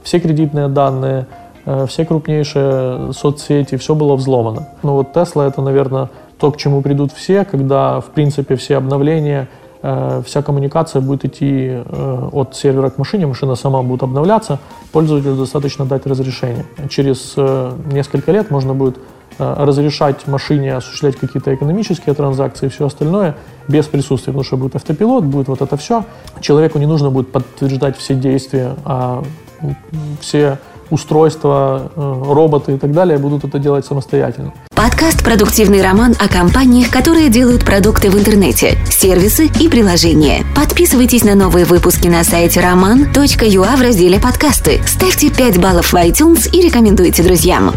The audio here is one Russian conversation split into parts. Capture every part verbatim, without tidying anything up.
все кредитные данные, все крупнейшие соцсети, все было взломано. Ну вот Tesla — это, наверное, то, к чему придут все, когда, в принципе, все обновления, вся коммуникация будет идти от сервера к машине, машина сама будет обновляться, пользователю достаточно дать разрешение. Через несколько лет можно будет разрешать машине осуществлять какие-то экономические транзакции и все остальное без присутствия, потому что будет автопилот, будет вот это все. Человеку не нужно будет подтверждать все действия, а все устройства, роботы и так далее будут это делать самостоятельно. Подкаст «Продуктивный роман» о компаниях, которые делают продукты в интернете, сервисы и приложения. Подписывайтесь на новые выпуски на сайте роман точка ю а в разделе «Подкасты». Ставьте пять баллов в iTunes и рекомендуйте друзьям.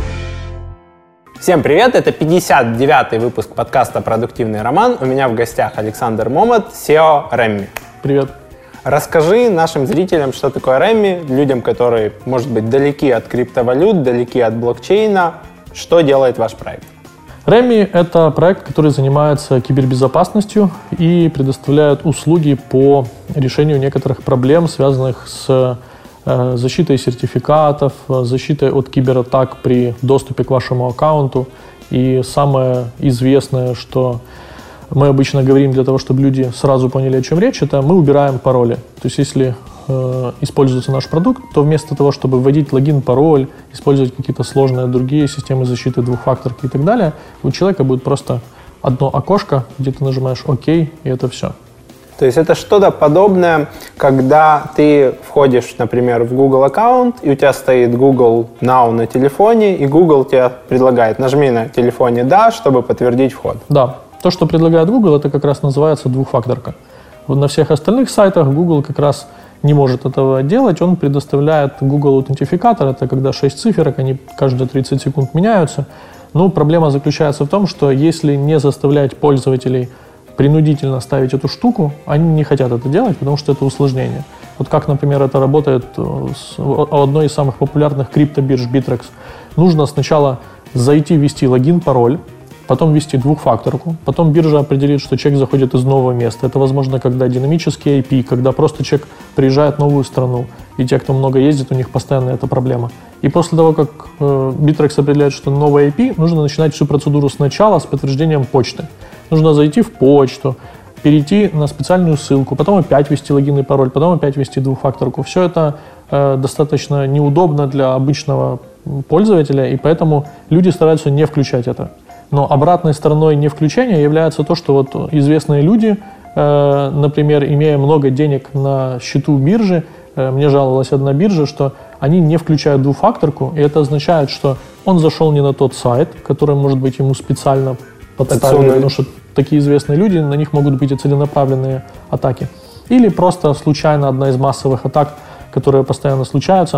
Всем привет, это пятьдесят девятый выпуск подкаста «Продуктивный роман». У меня в гостях Александр Момот, си и о Remmy. Привет. Расскажи нашим зрителям, что такое Remmy, людям, которые, может быть, далеки от криптовалют, далеки от блокчейна. Что делает ваш проект? Remmy — это проект, который занимается кибербезопасностью и предоставляет услуги по решению некоторых проблем, связанных с э, защитой сертификатов, защитой от кибератак при доступе к вашему аккаунту. И самое известное, что мы обычно говорим для того, чтобы люди сразу поняли, о чем речь, это мы убираем пароли. То есть если э, используется наш продукт, то вместо того, чтобы вводить логин, пароль, использовать какие-то сложные другие системы защиты, двухфакторки и так далее, у человека будет просто одно окошко, где ты нажимаешь «Ок», и это все. То есть это что-то подобное, когда ты входишь, например, в Google аккаунт, и у тебя стоит Google Now на телефоне, и Google тебе предлагает «нажми на телефоне «Да», чтобы подтвердить вход». Да. То, что предлагает Google, это как раз называется двухфакторка. Вот на всех остальных сайтах Google как раз не может этого делать. Он предоставляет Google аутентификатор. Это когда шесть циферок, они каждые тридцать секунд меняются. Но проблема заключается в том, что если не заставлять пользователей принудительно ставить эту штуку, они не хотят это делать, потому что это усложнение. Вот как, например, это работает с одной из самых популярных криптобирж Bittrex. Нужно сначала зайти, ввести логин, пароль, потом ввести двухфакторку, потом биржа определит, что человек заходит из нового места. Это возможно, когда динамический ай пи, когда просто человек приезжает в новую страну, и те, кто много ездит, у них постоянно эта проблема. И после того, как э, Bittrex определяет, что новый ай пи, нужно начинать всю процедуру сначала с подтверждением почты. Нужно зайти в почту, перейти на специальную ссылку, потом опять ввести логин и пароль, потом опять ввести двухфакторку. Все это э, достаточно неудобно для обычного пользователя, и поэтому люди стараются не включать это. Но обратной стороной невключения является то, что вот известные люди, э, например, имея много денег на счету биржи, э, мне жаловалась одна биржа, что они не включают двухфакторку, и это означает, что он зашел не на тот сайт, который, может быть, ему специально подставили, потому что такие известные люди, на них могут быть и целенаправленные атаки. Или просто случайно одна из массовых атак, которые постоянно случаются,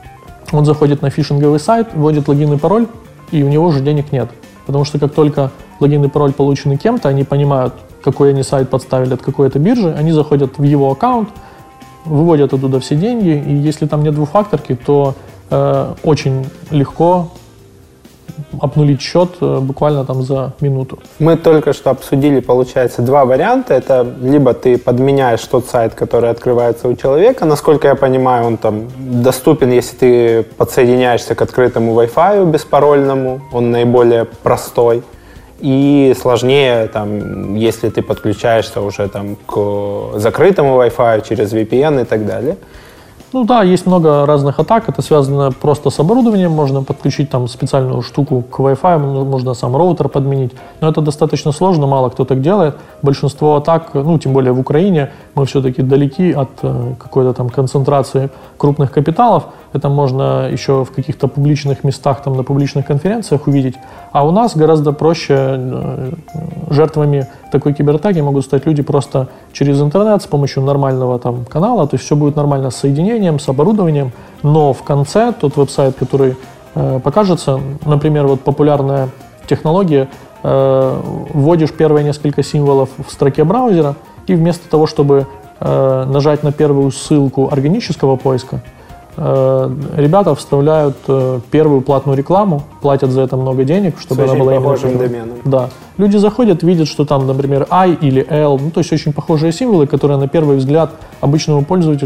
он заходит на фишинговый сайт, вводит логин и пароль, и у него уже денег нет. Потому что как только логин и пароль получены кем-то, они понимают, какой они сайт подставили от какой-то биржи, они заходят в его аккаунт, выводят оттуда все деньги, и если там нет двухфакторки, то э, очень легко обнулить счет э, буквально там за минуту. Мы только что обсудили, получается, два варианта. Это либо ты подменяешь тот сайт, который открывается у человека. Насколько я понимаю, он там доступен, если ты подсоединяешься к открытому Wi-Fi беспарольному. Он наиболее простой. И сложнее, там, если ты подключаешься уже там, к закрытому Wi-Fi через ви пи эн и так далее. Ну да, есть много разных атак, это связано просто с оборудованием, можно подключить там специальную штуку к Wi-Fi, можно сам роутер подменить, но это достаточно сложно, мало кто так делает. Большинство атак, ну тем более в Украине, мы все-таки далеки от э, какой-то там концентрации крупных капиталов, это можно еще в каких-то публичных местах, там на публичных конференциях увидеть, а у нас гораздо проще, э, жертвами такой кибератаки могут стать люди просто через интернет с помощью нормального там канала, то есть все будет нормально с соединением, с оборудованием, но в конце тот веб-сайт, который э, покажется, например, вот популярная технология, э, вводишь первые несколько символов в строке браузера, и вместо того, чтобы э, нажать на первую ссылку органического поиска, э, ребята вставляют э, первую платную рекламу, платят за это много денег, чтобы с она была похожим доменом. Да. Люди заходят, видят, что там, например, I или L, ну, то есть очень похожие символы, которые на первый взгляд обычному пользователю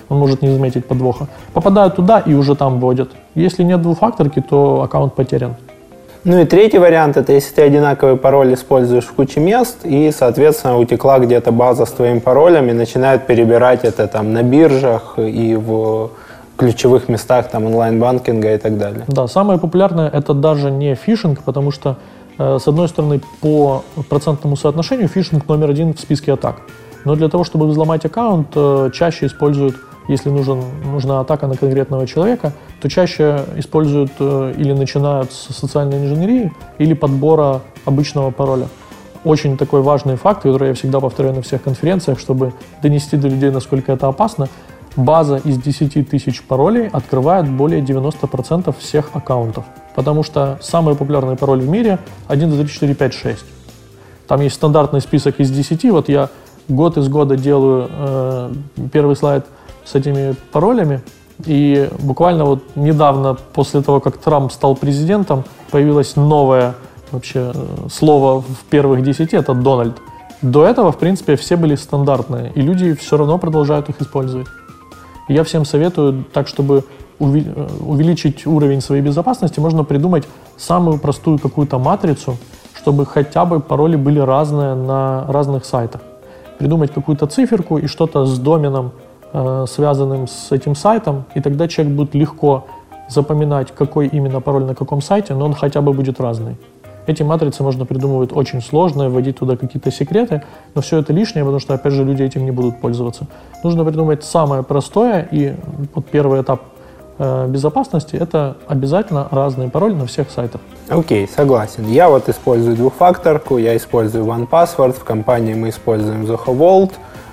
он может не заметить подвоха. Попадают туда и уже там вводят. Если нет двухфакторки, то аккаунт потерян. Ну и третий вариант, это если ты одинаковый пароль используешь в куче мест, и, соответственно, утекла где-то база с твоим паролем, и начинают перебирать это там на биржах и в ключевых местах там онлайн-банкинга и так далее. Да, самое популярное это даже не фишинг, потому что, э, с одной стороны, по процентному соотношению фишинг номер один в списке атак. Но для того, чтобы взломать аккаунт, э, чаще используют, если нужен, нужна атака на конкретного человека, то чаще используют э, или начинают с социальной инженерии, или подбора обычного пароля. Очень такой важный факт, который я всегда повторяю на всех конференциях, чтобы донести до людей, насколько это опасно. База из десяти тысяч паролей открывает более девяноста процентов всех аккаунтов. Потому что самый популярный пароль в мире один, два, три, четыре, пять, шесть. Там есть стандартный список из десяти. Вот я год из года делаю э, первый слайд с этими паролями. И буквально вот недавно, после того, как Трамп стал президентом, появилось новое вообще слово в первых десяти, это Дональд. До этого, в принципе, все были стандартные, и люди все равно продолжают их использовать. И я всем советую, так, чтобы увеличить уровень своей безопасности, можно придумать самую простую какую-то матрицу, чтобы хотя бы пароли были разные на разных сайтах. Придумать какую-то циферку и что-то с доменом, связанным с этим сайтом, и тогда человек будет легко запоминать, какой именно пароль на каком сайте, но он хотя бы будет разный. Эти матрицы можно придумывать очень сложно, вводить туда какие-то секреты, но все это лишнее, потому что, опять же, люди этим не будут пользоваться. Нужно придумать самое простое, и вот первый этап э, безопасности – это обязательно разный пароль на всех сайтах. Окей, okay, согласен. Я вот использую двухфакторку, я использую OnePassword, в компании мы используем Zoho Vault.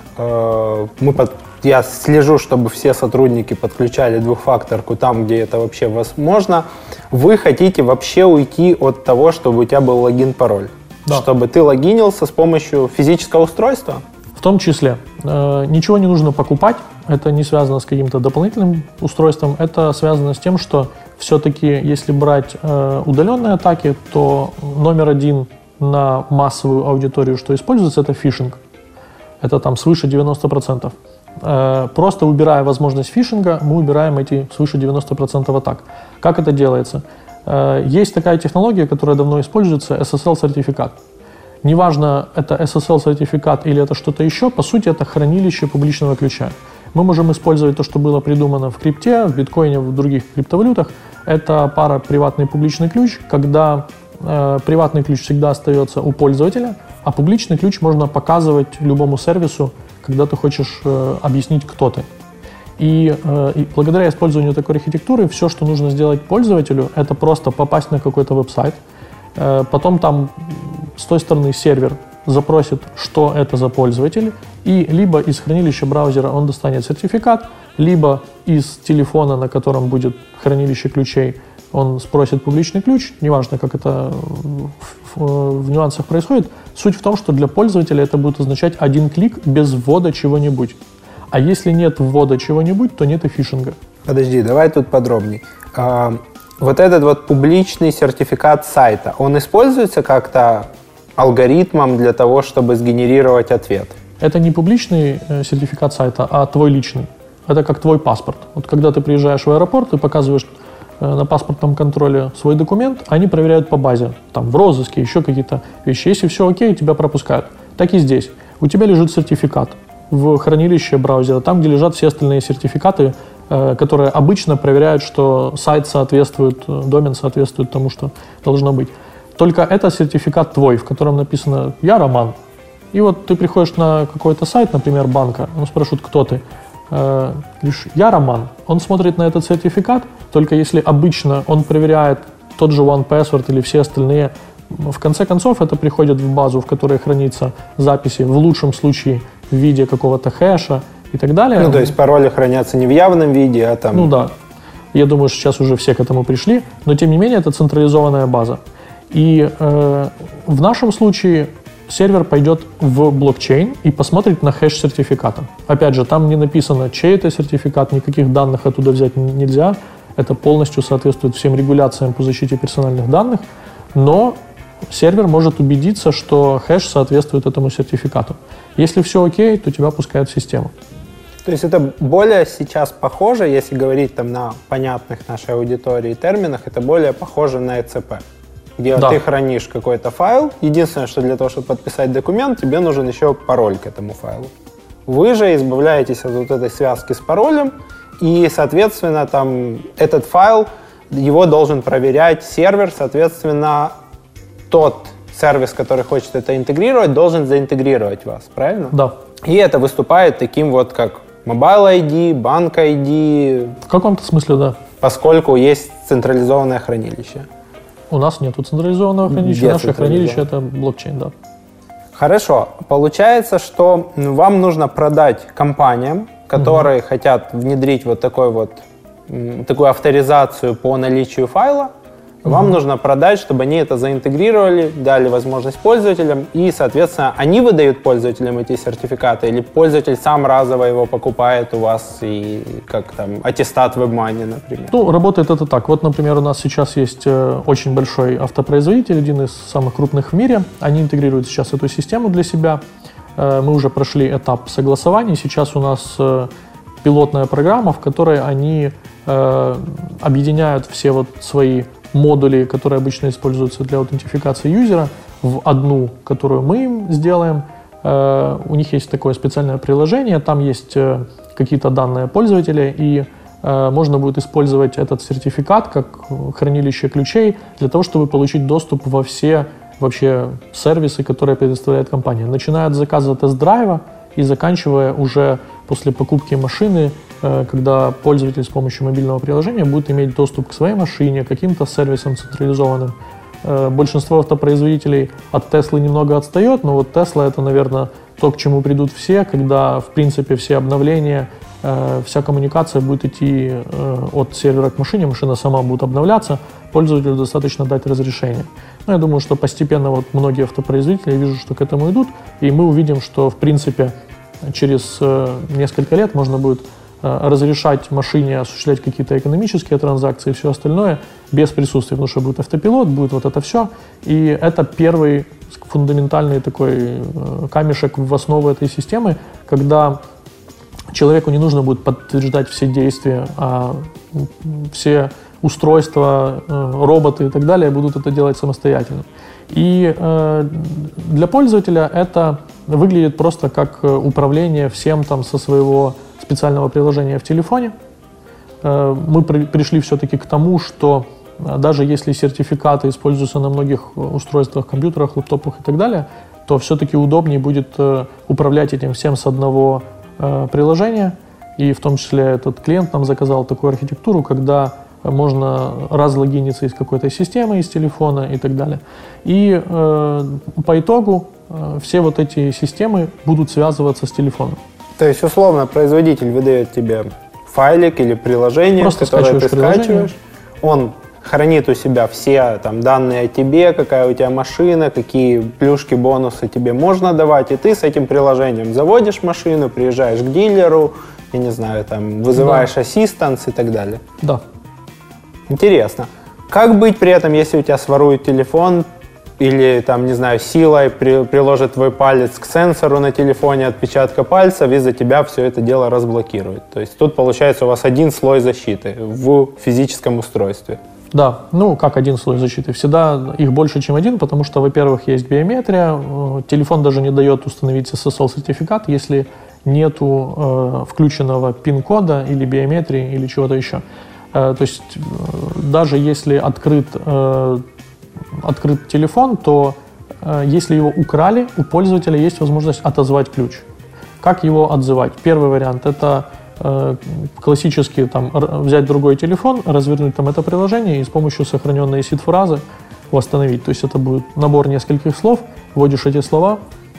Э, мы под Я слежу, чтобы все сотрудники подключали двухфакторку там, где это вообще возможно. Вы хотите вообще уйти от того, чтобы у тебя был логин-пароль? Да. Чтобы ты логинился с помощью физического устройства? В том числе. Э, ничего не нужно покупать. Это не связано с каким-то дополнительным устройством. Это связано с тем, что все-таки, если брать э, удаленные атаки, то номер один на массовую аудиторию, что используется, это фишинг. Это там свыше девяноста процентов. Просто убирая возможность фишинга, мы убираем эти свыше девяноста процентов атак. Как это делается? Есть такая технология, которая давно используется, эс эс эл-сертификат. Неважно, это эс эс эл-сертификат или это что-то еще, по сути, это хранилище публичного ключа. Мы можем использовать то, что было придумано в крипте, в биткоине, в других криптовалютах. Это пара приватный и публичный ключ, когда э, приватный ключ всегда остается у пользователя, а публичный ключ можно показывать любому сервису, когда ты хочешь э, объяснить, кто ты. И, э, и благодаря использованию такой архитектуры все, что нужно сделать пользователю, это просто попасть на какой-то веб-сайт, э, потом там с той стороны сервер запросит, что это за пользователь, и либо из хранилища браузера он достанет сертификат, либо из телефона, на котором будет хранилище ключей, он спросит публичный ключ, неважно, как это в, в, в нюансах происходит. Суть в том, что для пользователя это будет означать один клик без ввода чего-нибудь. А если нет ввода чего-нибудь, то нет и фишинга. Подожди, давай тут подробней. А, вот этот вот публичный сертификат сайта, он используется как-то алгоритмом для того, чтобы сгенерировать ответ? Это не публичный э, сертификат сайта, а твой личный. Это как твой паспорт. Вот когда ты приезжаешь в аэропорт, ты показываешь на паспортном контроле свой документ, они проверяют по базе, там в розыске, еще какие-то вещи. Если все окей, тебя пропускают. Так и здесь. У тебя лежит сертификат в хранилище браузера, там, где лежат все остальные сертификаты, э, которые обычно проверяют, что сайт соответствует, домен соответствует тому, что должно быть. Только это сертификат твой, в котором написано «Я Роман». И вот ты приходишь на какой-то сайт, например, банка, он спрашивает, кто ты. Лишь «Я Роман». Он смотрит на этот сертификат, только если обычно он проверяет тот же OnePassword или все остальные. В конце концов, это приходит в базу, в которой хранятся записи, в лучшем случае в виде какого-то хэша и так далее. Ну, то есть пароли хранятся не в явном виде, а там... Ну да. Я думаю, что сейчас уже все к этому пришли, но тем не менее это централизованная база. И э, в нашем случае сервер пойдет в блокчейн и посмотрит на хэш сертификата. Опять же, там не написано, чей это сертификат, никаких данных оттуда взять нельзя. Это полностью соответствует всем регуляциям по защите персональных данных, но сервер может убедиться, что хэш соответствует этому сертификату. Если все окей, то тебя пускают в систему. То есть это более сейчас похоже, если говорить там на понятных нашей аудитории терминах, это более похоже на и цэ пэ, где да. ты хранишь какой-то файл. Единственное, что для того, чтобы подписать документ, тебе нужен еще пароль к этому файлу. Вы же избавляетесь от вот этой связки с паролем, и, соответственно, там этот файл, его должен проверять сервер, соответственно, тот сервис, который хочет это интегрировать, должен заинтегрировать вас, правильно? Да. И это выступает таким вот, как Mobile ай ди, Bank ай ди. В каком-то смысле, да. Поскольку есть централизованное хранилище. У нас нет централизованного хранилища, наше хранилище — это блокчейн, да. Хорошо. Получается, что вам нужно продать компаниям, которые угу. хотят внедрить вот такой вот такую авторизацию по наличию файла. Вам угу. нужно продать, чтобы они это заинтегрировали, дали возможность пользователям, и, соответственно, они выдают пользователям эти сертификаты, или пользователь сам разово его покупает у вас, и как там аттестат WebMoney, например. Ну, работает это так. Вот, например, у нас сейчас есть очень большой автопроизводитель, один из самых крупных в мире. Они интегрируют сейчас эту систему для себя. Мы уже прошли этап согласования. Сейчас у нас пилотная программа, в которой они объединяют все вот свои модули, которые обычно используются для аутентификации юзера, в одну, которую мы им сделаем. У них есть такое специальное приложение, там есть какие-то данные пользователя, и можно будет использовать этот сертификат как хранилище ключей для того, чтобы получить доступ во все вообще сервисы, которые предоставляет компания, начиная от заказа тест-драйва и заканчивая уже после покупки машины, когда пользователь с помощью мобильного приложения будет иметь доступ к своей машине, к каким-то сервисам централизованным. Большинство автопроизводителей от Теслы немного отстает, но вот Тесла — это, наверное, то, к чему придут все, когда, в принципе, все обновления, вся коммуникация будет идти от сервера к машине, машина сама будет обновляться, пользователю достаточно дать разрешение. Но я думаю, что постепенно вот многие автопроизводители, я вижу, что к этому идут, и мы увидим, что, в принципе, через несколько лет можно будет разрешать машине осуществлять какие-то экономические транзакции и все остальное без присутствия, потому что будет автопилот, будет вот это все. И это первый фундаментальный такой камешек в основу этой системы, когда человеку не нужно будет подтверждать все действия, а все устройства, роботы и так далее будут это делать самостоятельно. И э, для пользователя это выглядит просто как управление всем там со своего специального приложения в телефоне. Э, мы при, пришли все-таки к тому, что даже если сертификаты используются на многих устройствах, компьютерах, лэптопах и так далее, то все-таки удобнее будет э, управлять этим всем с одного э, приложения. И в том числе этот клиент нам заказал такую архитектуру, когда можно разлогиниться из какой-то системы, из телефона и так далее. И э, по итогу э, все вот эти системы будут связываться с телефоном. То есть, условно, производитель выдает тебе файлик или приложение, Просто которое ты скачиваешь. Он хранит у себя все там, данные о тебе, какая у тебя машина, какие плюшки, бонусы тебе можно давать. И ты с этим приложением заводишь машину, приезжаешь к дилеру, я не знаю, там, вызываешь да. ассистанс и так далее. Да. Интересно. Как быть при этом, если у тебя своруют телефон или, там, не знаю, силой при, приложит твой палец к сенсору на телефоне отпечатка пальца, и за тебя все это дело разблокирует? То есть тут, получается, у вас один слой защиты в физическом устройстве. Да, ну как один слой защиты? Всегда их больше, чем один, потому что, во-первых, есть биометрия. Телефон даже не дает установить эс эс эл-сертификат, если нету э, включенного пин-кода или биометрии или чего-то еще. То есть даже если открыт, э, открыт телефон, то э, если его украли, у пользователя есть возможность отозвать ключ. Как его отзывать? Первый вариант – это э, классически там, взять другой телефон, развернуть там это приложение и с помощью сохраненной сид-фразы восстановить. То есть это будет набор нескольких слов, вводишь эти слова,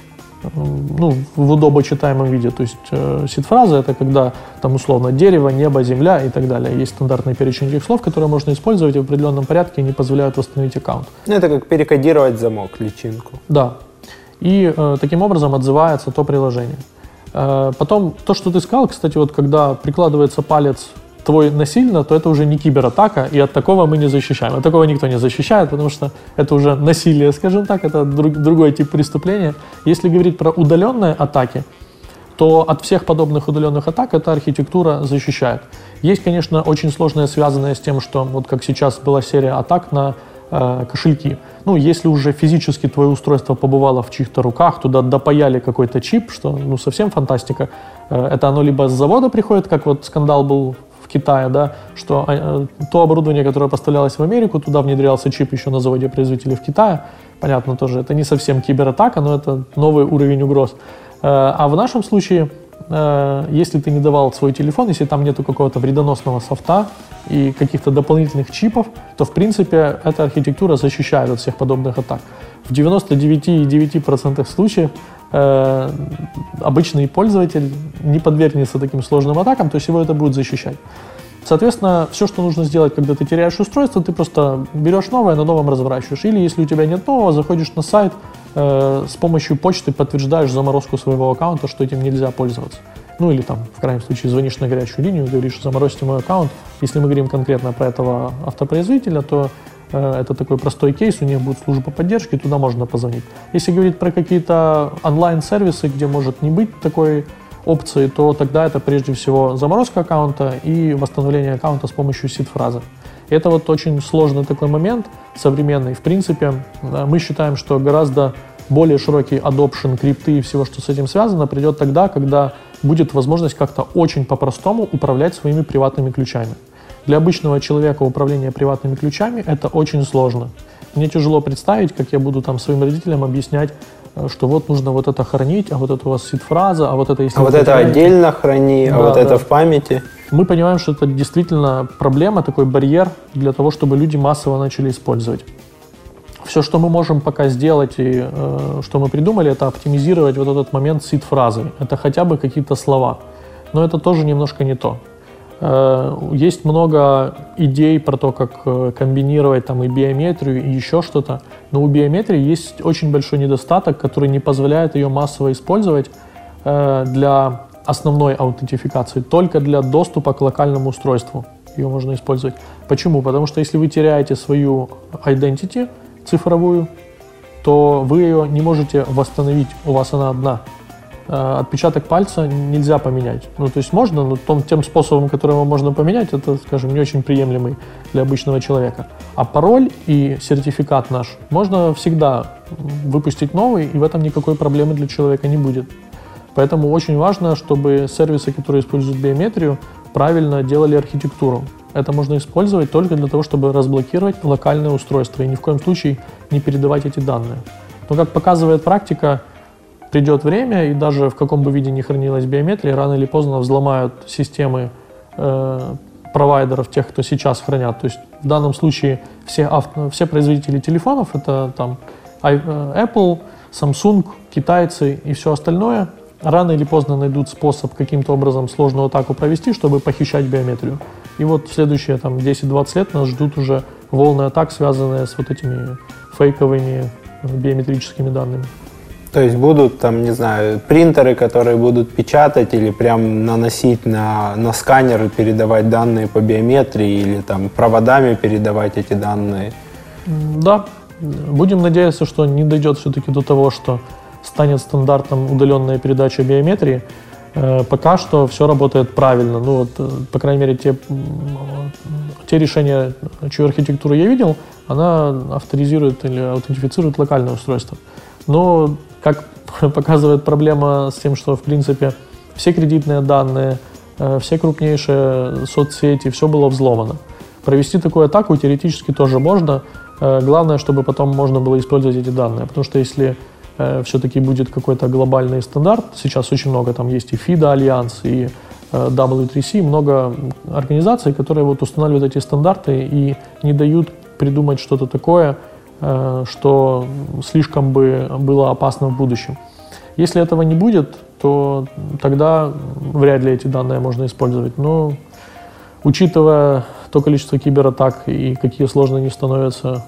ну, в удобочитаемом виде. То есть э, сид-фраза — это когда там условно дерево, небо, земля и так далее. Есть стандартный перечень этих слов, которые можно использовать в определенном порядке и не позволяют восстановить аккаунт. Ну, это как перекодировать замок, личинку. Да. И э, таким образом отзывается то приложение. Э, потом, то, что ты сказал, кстати, вот когда прикладывается палец твой насильно, то это уже не кибератака, и от такого мы не защищаем. От такого никто не защищает, потому что это уже насилие, скажем так, это друг, другой тип преступления. Если говорить про удаленные атаки, то от всех подобных удаленных атак эта архитектура защищает. Есть, конечно, очень сложное, связанное с тем, что вот как сейчас была серия атак на э, кошельки. Ну, если уже физически твое устройство побывало в чьих-то руках, туда допаяли какой-то чип, что, ну, совсем фантастика. Э, это оно либо с завода приходит, как вот скандал был в Китае, да, что э, то оборудование, которое поставлялось в Америку, туда внедрялся чип еще на заводе производителя в Китае. Понятно тоже, это не совсем кибератака, но это новый уровень угроз. Э, а в нашем случае, э, если ты не давал свой телефон, если там нету какого-то вредоносного софта и каких-то дополнительных чипов, то, в принципе, эта архитектура защищает от всех подобных атак. В девяноста девяти целых девяти десятых процента случаев э, обычный пользователь не подвергнется таким сложным атакам, то есть его это будет защищать. Соответственно, все, что нужно сделать, когда ты теряешь устройство, ты просто берешь новое, на новом разворачиваешь. Или, если у тебя нет нового, заходишь на сайт, э, с помощью почты подтверждаешь заморозку своего аккаунта, что этим нельзя пользоваться. Ну или там, в крайнем случае, звонишь на горячую линию, говоришь, заморозьте мой аккаунт. Если мы говорим конкретно про этого автопроизводителя, то э, это такой простой кейс, у них будет служба поддержки, туда можно позвонить. Если говорить про какие-то онлайн-сервисы, где может не быть такой опции, то тогда это прежде всего заморозка аккаунта и восстановление аккаунта с помощью сид-фразы. Это вот очень сложный такой момент, современный. В принципе, мы считаем, что гораздо более широкий adoption крипты и всего, что с этим связано, придет тогда, когда будет возможность как-то очень по-простому управлять своими приватными ключами. Для обычного человека управление приватными ключами – это очень сложно. Мне тяжело представить, как я буду там своим родителям объяснять, что вот нужно вот это хранить, а вот это у вас сид-фраза, а вот это если... А вот это храните, отдельно храни, да, а вот да. это в памяти. Мы понимаем, что это действительно проблема, такой барьер для того, чтобы люди массово начали использовать. Все, что мы можем пока сделать и э, что мы придумали, это оптимизировать вот этот момент сид-фразы. Это хотя бы какие-то слова. Но это тоже немножко не то. Э, есть много идей про то, как э, комбинировать там и биометрию, и еще что-то. Но у биометрии есть очень большой недостаток, который не позволяет ее массово использовать э, для основной аутентификации, только для доступа к локальному устройству. Ее можно использовать. Почему? Потому что если вы теряете свою identity, цифровую, то вы ее не можете восстановить, у вас она одна. Отпечаток пальца нельзя поменять. Ну, то есть можно, но том, тем способом, которым его можно поменять, это, скажем, не очень приемлемый для обычного человека. А пароль и сертификат наш можно всегда выпустить новый, и в этом никакой проблемы для человека не будет. Поэтому очень важно, чтобы сервисы, которые используют биометрию, правильно делали архитектуру. Это можно использовать только для того, чтобы разблокировать локальное устройство и ни в коем случае не передавать эти данные. Но, как показывает практика, придет время, и даже в каком бы виде ни хранилась биометрия, рано или поздно взломают системы э, провайдеров, тех, кто сейчас хранят. То есть в данном случае все, авто, все производители телефонов, это там Apple, Samsung, китайцы и все остальное, рано или поздно найдут способ каким-то образом сложную атаку провести, чтобы похищать биометрию. И вот в следующие там, десять-двадцать лет нас ждут уже волны атак, связанные с вот этими фейковыми биометрическими данными. То есть будут там, не знаю, принтеры, которые будут печатать или прям наносить на, на сканер и передавать данные по биометрии или там проводами передавать эти данные? Да. Будем надеяться, что не дойдет все-таки до того, что станет стандартом удаленная передача биометрии. Пока что все работает правильно. Ну, вот, по крайней мере, те, те решения, чью архитектуру я видел, она авторизирует или аутентифицирует локальное устройство. Но, как показывает проблема с тем, что, в принципе, все кредитные данные, все крупнейшие соцсети, все было взломано. Провести такую атаку теоретически тоже можно. Главное, чтобы потом можно было использовать эти данные. Потому что если все-таки будет какой-то глобальный стандарт. Сейчас очень много, там есть и фида Альянс, и дабл ю три си, много организаций, которые вот устанавливают эти стандарты и не дают придумать что-то такое, что слишком бы было опасно в будущем. Если этого не будет, то тогда вряд ли эти данные можно использовать. Но учитывая то количество кибератак и какие сложные они становятся,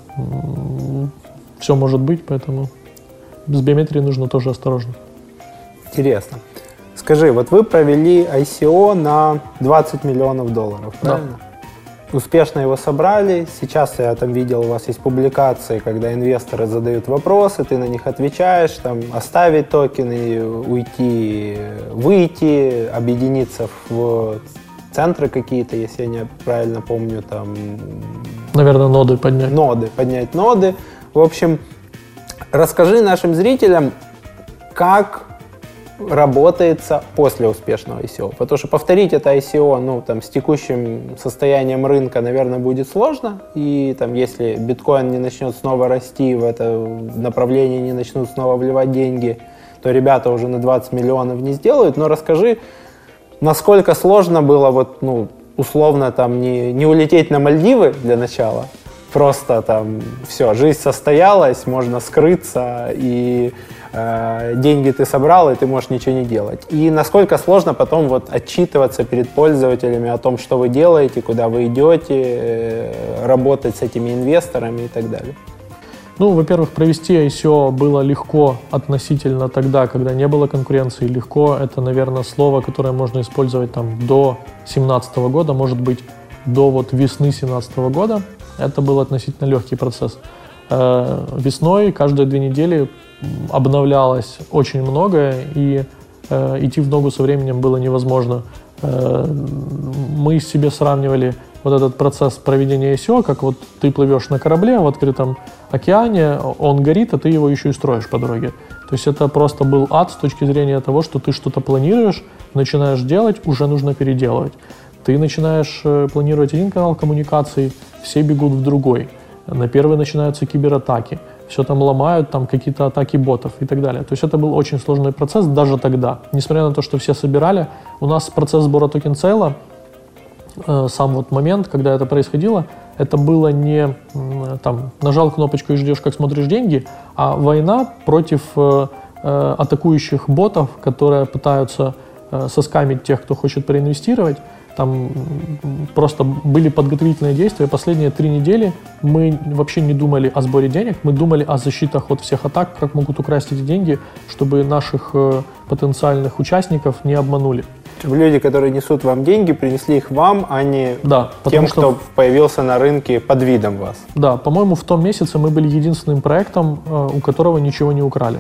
все может быть, поэтому с биометрией нужно тоже осторожно. Интересно. Скажи, вот вы провели ай си о на двадцать миллионов долларов, правильно? успешно его собрали. Сейчас я там видел, у вас есть публикации, когда инвесторы задают вопросы, ты на них отвечаешь, там оставить токены, уйти, выйти, объединиться в центры какие-то, если я не правильно помню, там... Наверное, ноды поднять. Ноды, поднять ноды. В общем, расскажи нашим зрителям, как работается после успешного ай си о. Потому что повторить это ай си о, ну, там, с текущим состоянием рынка, наверное, будет сложно. И там, если биткоин не начнет снова расти, в это направление не начнут снова вливать деньги, то ребята уже на двадцать миллионов не сделают. Но расскажи, насколько сложно было, вот, ну, условно, там, не, не улететь на Мальдивы для начала. Просто там все, жизнь состоялась, можно скрыться, и э, деньги ты собрал, и ты можешь ничего не делать. И насколько сложно потом вот отчитываться перед пользователями о том, что вы делаете, куда вы идете, э, работать с этими инвесторами и так далее. Ну, во-первых, провести ай си о было легко относительно тогда, когда не было конкуренции. Легко — это, наверное, слово, которое можно использовать там до две тысячи семнадцатого года, может быть, до вот весны две тысячи семнадцатого года. Это был относительно легкий процесс. Э, весной каждые две недели обновлялось очень многое, и э, идти в ногу со временем было невозможно. Э, мы себе сравнивали вот этот процесс проведения ай си о, как вот ты плывешь на корабле в открытом океане, он горит, а ты его еще и строишь по дороге. То есть это просто был ад с точки зрения того, что ты что-то планируешь, начинаешь делать, уже нужно переделывать. Ты начинаешь планировать один канал коммуникаций, все бегут в другой. На первый начинаются кибератаки, все там ломают, там какие-то атаки ботов и так далее. То есть это был очень сложный процесс даже тогда. Несмотря на то, что все собирали, у нас процесс сбора токен-сейла, э, сам вот момент, когда это происходило, это было не э, там нажал кнопочку и ждешь, как смотришь деньги, а война против э, э, атакующих ботов, которые пытаются э, соскамить тех, кто хочет проинвестировать. Там просто были подготовительные действия. Последние три недели мы вообще не думали о сборе денег, мы думали о защитах от всех атак, как могут украсть эти деньги, чтобы наших э, потенциальных участников не обманули. Люди, которые несут вам деньги, принесли их вам, а не да, тем, что, кто появился на рынке под видом вас. Да, по-моему, в том месяце мы были единственным проектом, э, у которого ничего не украли.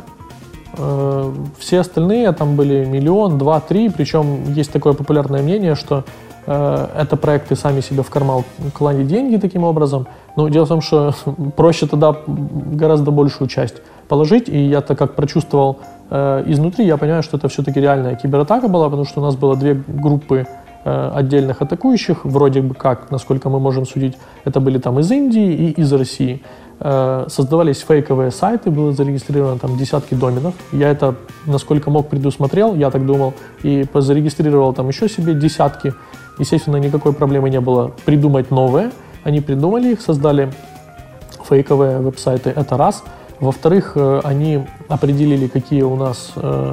Э, все остальные, там были миллион, два, три, причем есть такое популярное мнение, что это проекты сами себе в карман клали деньги таким образом. Но дело в том, что проще тогда гораздо большую часть положить. И я так как прочувствовал э, изнутри, я понимаю, что это все-таки реальная кибератака была, потому что у нас было две группы э, отдельных атакующих, вроде бы как, насколько мы можем судить, это были там из Индии и из России. Э, создавались фейковые сайты, было зарегистрировано там десятки доменов. Я это, насколько мог, предусмотрел, я так думал, и зарегистрировал там еще себе десятки. Естественно, никакой проблемы не было придумать новые. Они придумали их, создали фейковые веб-сайты, это раз. Во-вторых, они определили, какие у нас э,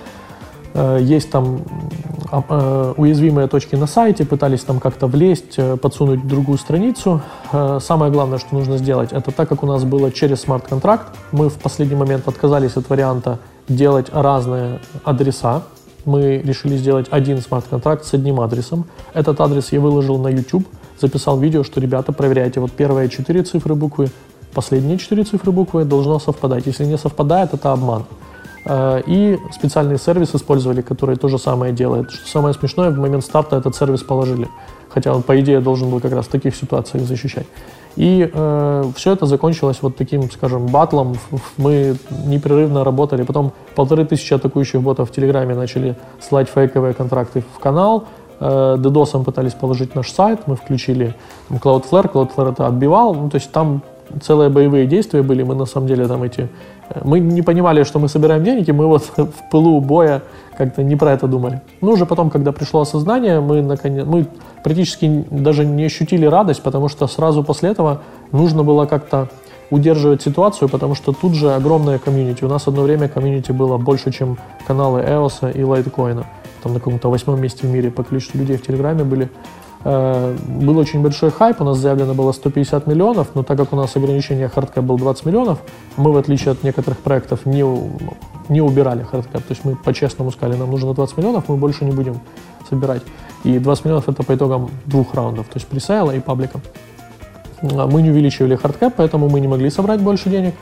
э, есть там э, уязвимые точки на сайте, пытались там как-то влезть, подсунуть другую страницу. Э, самое главное, что нужно сделать, это так как у нас было через смарт-контракт, мы в последний момент отказались от варианта делать разные адреса. Мы решили сделать один смарт-контракт с одним адресом. Этот адрес я выложил на YouTube, записал видео, что, ребята, проверяйте, вот первые четыре цифры буквы, последние четыре цифры буквы должно совпадать. Если не совпадает, это обман. И специальный сервис использовали, который то же самое делает. Что самое смешное, в момент старта этот сервис положили. Хотя он, по идее, должен был как раз в таких ситуациях защищать. И э, все это закончилось вот таким, скажем, батлом. Мы непрерывно работали. Потом полторы тысячи атакующих ботов в Телеграме начали слать фейковые контракты в канал. Э, дедосом пытались положить наш сайт. Мы включили там, Cloudflare. Cloudflare это отбивал. Ну, то есть там целые боевые действия были. Мы на самом деле там эти... Мы не понимали, что мы собираем деньги. Мы вот в пылу боя как-то не про это думали. Ну, уже потом, когда пришло осознание, мы наконец... Мы практически даже не ощутили радость, потому что сразу после этого нужно было как-то удерживать ситуацию, потому что тут же огромное комьюнити. У нас одно время комьюнити было больше, чем каналы и о эс и Litecoin. Там на каком-то восьмом месте в мире по количеству людей в Телеграме были. э, был очень большой хайп, у нас заявлено было сто пятьдесят миллионов, но так как у нас ограничение хардкэп был двадцать миллионов, мы, в отличие от некоторых проектов, не, не убирали хардкэп. То есть мы по-честному сказали, нам нужно двадцать миллионов, мы больше не будем собирать. И двадцать миллионов это по итогам двух раундов, то есть пресейла и паблика. Мы не увеличивали хардкэп, поэтому мы не могли собрать больше денег.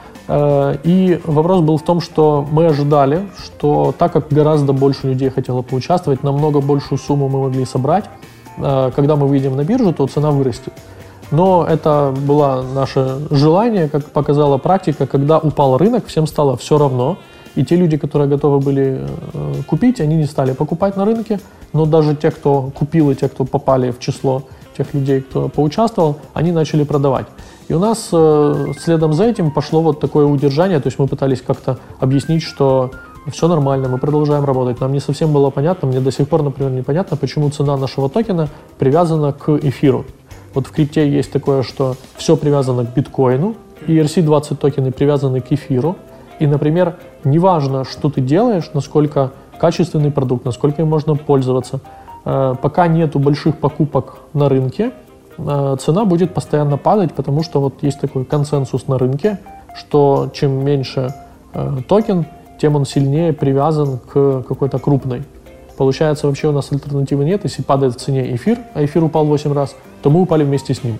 И вопрос был в том, что мы ожидали, что так как гораздо больше людей хотело поучаствовать, намного большую сумму мы могли собрать. Когда мы выйдем на биржу, то цена вырастет. Но это было наше желание, как показала практика, когда упал рынок, всем стало все равно. И те люди, которые готовы были купить, они не стали покупать на рынке. Но даже те, кто купил, и те, кто попали в число тех людей, кто поучаствовал, они начали продавать. И у нас э, следом за этим пошло вот такое удержание, то есть мы пытались как-то объяснить, что все нормально, мы продолжаем работать. Нам не совсем было понятно, мне до сих пор, например, непонятно, почему цена нашего токена привязана к эфиру. Вот в крипте есть такое, что все привязано к биткоину, и и эр си двадцать токены привязаны к эфиру. И, например, неважно, что ты делаешь, насколько качественный продукт, насколько им можно пользоваться, э, пока нету больших покупок на рынке, цена будет постоянно падать, потому что вот есть такой консенсус на рынке, что чем меньше э, токен, тем он сильнее привязан к какой-то крупной. Получается, вообще у нас альтернативы нет. Если падает в цене эфир, а эфир упал восемь раз, то мы упали вместе с ним.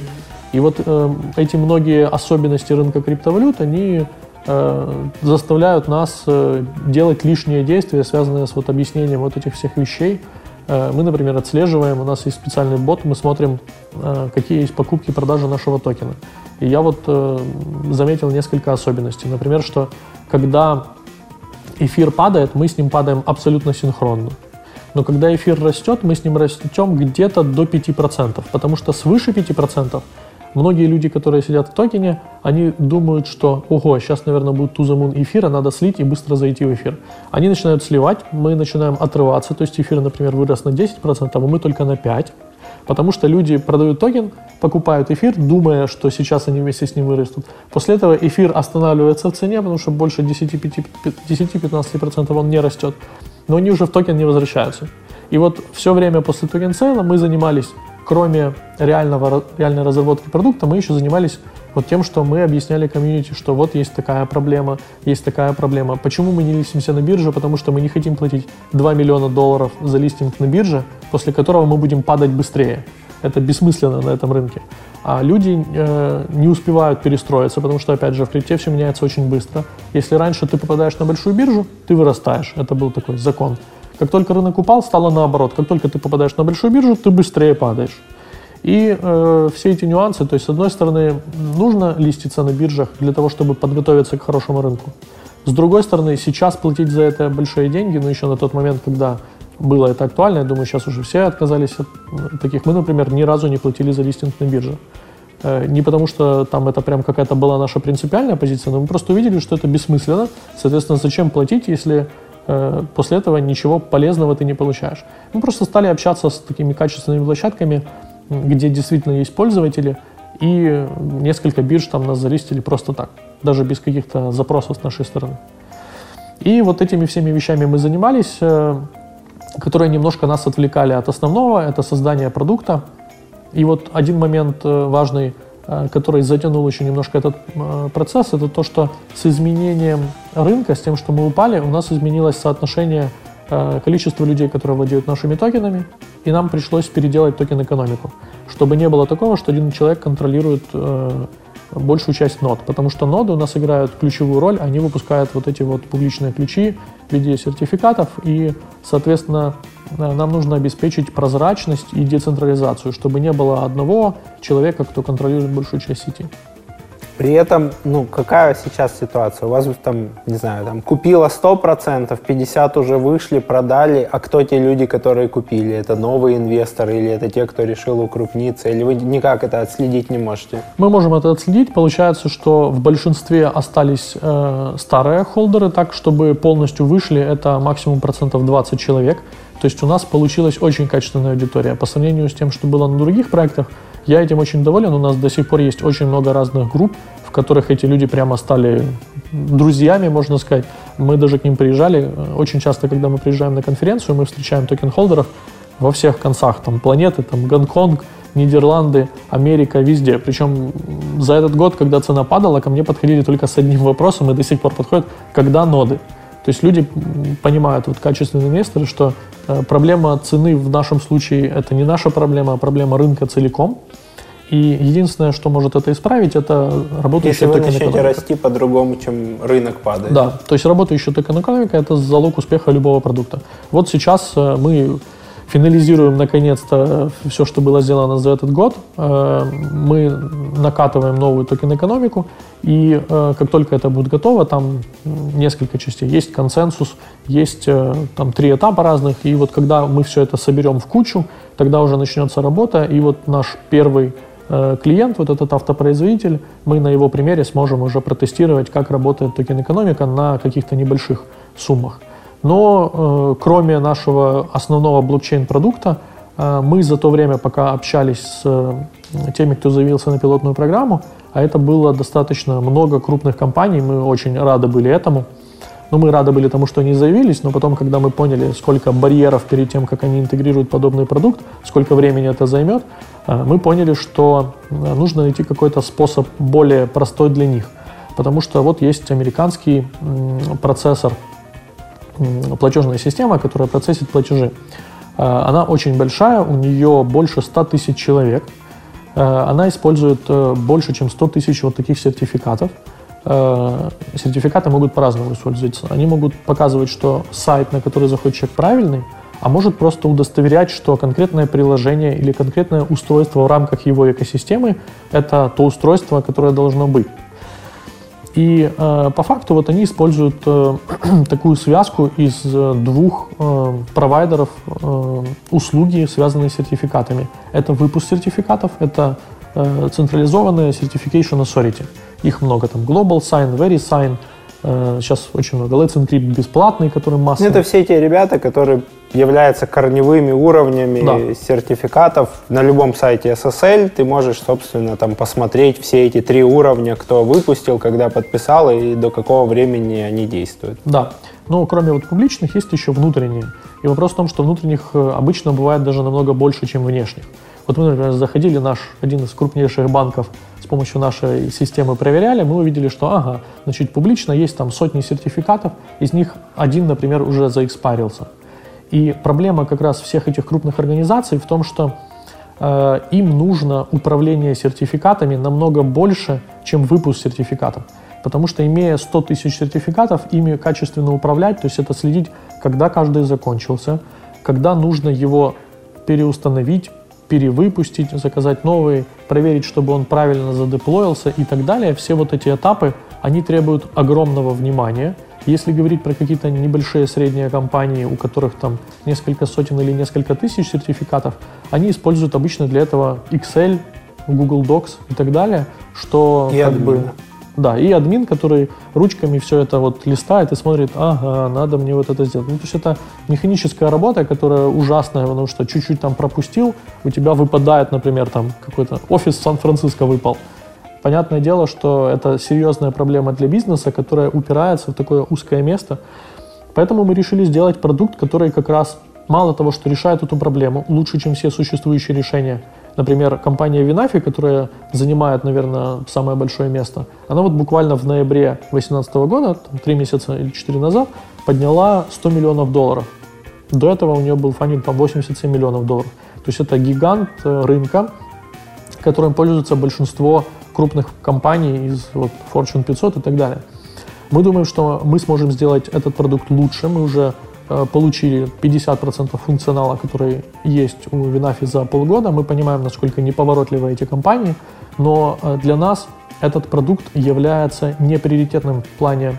И вот э, эти многие особенности рынка криптовалют, они э, заставляют нас э, делать лишние действия, связанные с вот объяснением вот этих всех вещей. Мы, например, отслеживаем, у нас есть специальный бот, мы смотрим, какие есть покупки и продажи нашего токена. И я вот заметил несколько особенностей. Например, что когда эфир падает, мы с ним падаем абсолютно синхронно. Но когда эфир растет, мы с ним растем где-то до пяти процентов, потому что свыше пяти процентов многие люди, которые сидят в токене, они думают, что ого, сейчас, наверное, будет to the moon эфира, надо слить и быстро зайти в эфир. Они начинают сливать, мы начинаем отрываться, то есть эфир, например, вырос на десять процентов, а мы только на пять процентов, потому что люди продают токен, покупают эфир, думая, что сейчас они вместе с ним вырастут. После этого эфир останавливается в цене, потому что больше десять-пятнадцать процентов он не растет, но они уже в токен не возвращаются. И вот все время после токен-сейла мы занимались, кроме реального, реальной разработки продукта, мы еще занимались вот тем, что мы объясняли комьюнити, что вот есть такая проблема, есть такая проблема. Почему мы не листимся на бирже? Потому что мы не хотим платить два миллиона долларов за листинг на бирже, после которого мы будем падать быстрее. Это бессмысленно на этом рынке. А люди э, не успевают перестроиться, потому что, опять же, в крипте все меняется очень быстро. Если раньше ты попадаешь на большую биржу, ты вырастаешь. Это был такой закон. Как только рынок упал, стало наоборот. Как только ты попадаешь на большую биржу, ты быстрее падаешь. И э, все эти нюансы, то есть, с одной стороны, нужно листиться на биржах для того, чтобы подготовиться к хорошему рынку. С другой стороны, сейчас платить за это большие деньги, но еще на тот момент, когда было это актуально, я думаю, сейчас уже все отказались от таких. Мы, например, ни разу не платили за листинг на бирже. Э, не потому, что там это прям какая-то была наша принципиальная позиция, но мы просто увидели, что это бессмысленно. Соответственно, зачем платить, если после этого ничего полезного ты не получаешь. Мы просто стали общаться с такими качественными площадками, где действительно есть пользователи, и несколько бирж там нас залистили просто так, даже без каких-то запросов с нашей стороны. И вот этими всеми вещами мы занимались, которые немножко нас отвлекали от основного, это создание продукта. И вот один момент важный, который затянул еще немножко этот процесс, это то, что с изменением рынка, с тем, что мы упали, у нас изменилось соотношение количества людей, которые владеют нашими токенами, и нам пришлось переделать токен-экономику, чтобы не было такого, что один человек контролирует большую часть нод, потому что ноды у нас играют ключевую роль, они выпускают вот эти вот публичные ключи в виде сертификатов, и, соответственно, нам нужно обеспечить прозрачность и децентрализацию, чтобы не было одного человека, кто контролирует большую часть сети. При этом, ну, какая сейчас ситуация? У вас там, не знаю, там купило сто процентов, пятьдесят уже вышли, продали, а кто те люди, которые купили? Это новые инвесторы или это те, кто решил укрупниться? Или вы никак это отследить не можете? Мы можем это отследить. Получается, что в большинстве остались э, старые холдеры, так, чтобы полностью вышли, это максимум процентов двадцать человек. То есть у нас получилась очень качественная аудитория. По сравнению с тем, что было на других проектах, я этим очень доволен. У нас до сих пор есть очень много разных групп, в которых эти люди прямо стали друзьями, можно сказать. Мы даже к ним приезжали. Очень часто, когда мы приезжаем на конференцию, мы встречаем токен-холдеров во всех концах там, планеты, там, Гонконг, Нидерланды, Америка, везде. Причем за этот год, когда цена падала, ко мне подходили только с одним вопросом и до сих пор подходят, когда ноды. То есть люди понимают, вот качественные инвесторы, что э, проблема цены в нашем случае это не наша проблема, а проблема рынка целиком. И единственное, что может это исправить, это работающая токен-экономика. Если вы начнете расти по-другому, чем рынок падает. Да, то есть работающая токен-экономика – это залог успеха любого продукта. Вот сейчас мы финализируем наконец-то все, что было сделано за этот год. Мы накатываем новую токен-экономику, и как только это будет готово, там несколько частей. Есть консенсус, есть там три этапа разных, и вот когда мы все это соберем в кучу, тогда уже начнется работа, и вот наш первый клиент, вот этот автопроизводитель, мы на его примере сможем уже протестировать, как работает токен-экономика на каких-то небольших суммах. Но э, кроме нашего основного блокчейн-продукта, э, мы за то время, пока общались с э, теми, кто заявился на пилотную программу, а это было достаточно много крупных компаний, мы очень рады были этому. Но мы рады были тому, что они заявились, но потом, когда мы поняли, сколько барьеров перед тем, как они интегрируют подобный продукт, сколько времени это займет, э, мы поняли, что нужно найти какой-то способ более простой для них. Потому что вот есть американский м, процессор, платежная система, которая процессит платежи. Она очень большая, у нее больше ста тысяч человек. Она использует больше, чем сто тысяч вот таких сертификатов. Сертификаты могут по-разному использоваться. Они могут показывать, что сайт, на который заходит человек, правильный, а может просто удостоверять, что конкретное приложение или конкретное устройство в рамках его экосистемы – это то устройство, которое должно быть. И э, по факту вот они используют э, такую связку из э, двух э, провайдеров э, услуги, связанные с сертификатами. Это выпуск сертификатов, это э, централизованная Certification Authority. Их много там, Global Sign, VeriSign, э, сейчас очень много, Let's Encrypt бесплатный, который масса. Это все те ребята, которые являются корневыми уровнями да. сертификатов. На любом сайте эс эс эль ты можешь, собственно, там посмотреть все эти три уровня, кто выпустил, когда подписал и до какого времени они действуют. Да, но кроме вот публичных есть еще внутренние. И вопрос в том, что внутренних обычно бывает даже намного больше, чем внешних. Вот мы, например, заходили, наш один из крупнейших банков с помощью нашей системы проверяли, мы увидели, что, ага, значит, публично есть там сотни сертификатов, из них один, например, уже заэкспарился. И проблема как раз всех этих крупных организаций в том, что э, им нужно управление сертификатами намного больше, чем выпуск сертификатов. Потому что, имея сто тысяч сертификатов, ими качественно управлять, то есть это следить, когда каждый закончился, когда нужно его переустановить, перевыпустить, заказать новый, проверить, чтобы он правильно задеплоился и так далее. Все вот эти этапы, они требуют огромного внимания. Если говорить про какие-то небольшие средние компании, у которых там несколько сотен или несколько тысяч сертификатов, они используют обычно для этого Excel, Google Docs и так далее, что и как админ. бы... Да, и админ, который ручками все это вот листает и смотрит, ага, надо мне вот это сделать. Ну, то есть это механическая работа, которая ужасная, потому что чуть-чуть там пропустил, у тебя выпадает, например, там какой-то офис в Сан-Франциско выпал. Понятное дело, что это серьезная проблема для бизнеса, которая упирается в такое узкое место. Поэтому мы решили сделать продукт, который как раз мало того, что решает эту проблему лучше, чем все существующие решения. Например, компания Винафи, которая занимает, наверное, самое большое место, она вот буквально в ноябре две тысячи восемнадцатого года, три месяца или четыре назад, подняла сто миллионов долларов. До этого у нее был фандинг там восемьдесят семь миллионов долларов. То есть это гигант рынка, которым пользуется большинство крупных компаний из вот, Fortune пятьсот и так далее. Мы думаем, что мы сможем сделать этот продукт лучше. Мы уже э, получили пятьдесят процентов функционала, который есть у Винафи за полгода. Мы понимаем, насколько неповоротливы эти компании, но э, для нас этот продукт является неприоритетным в плане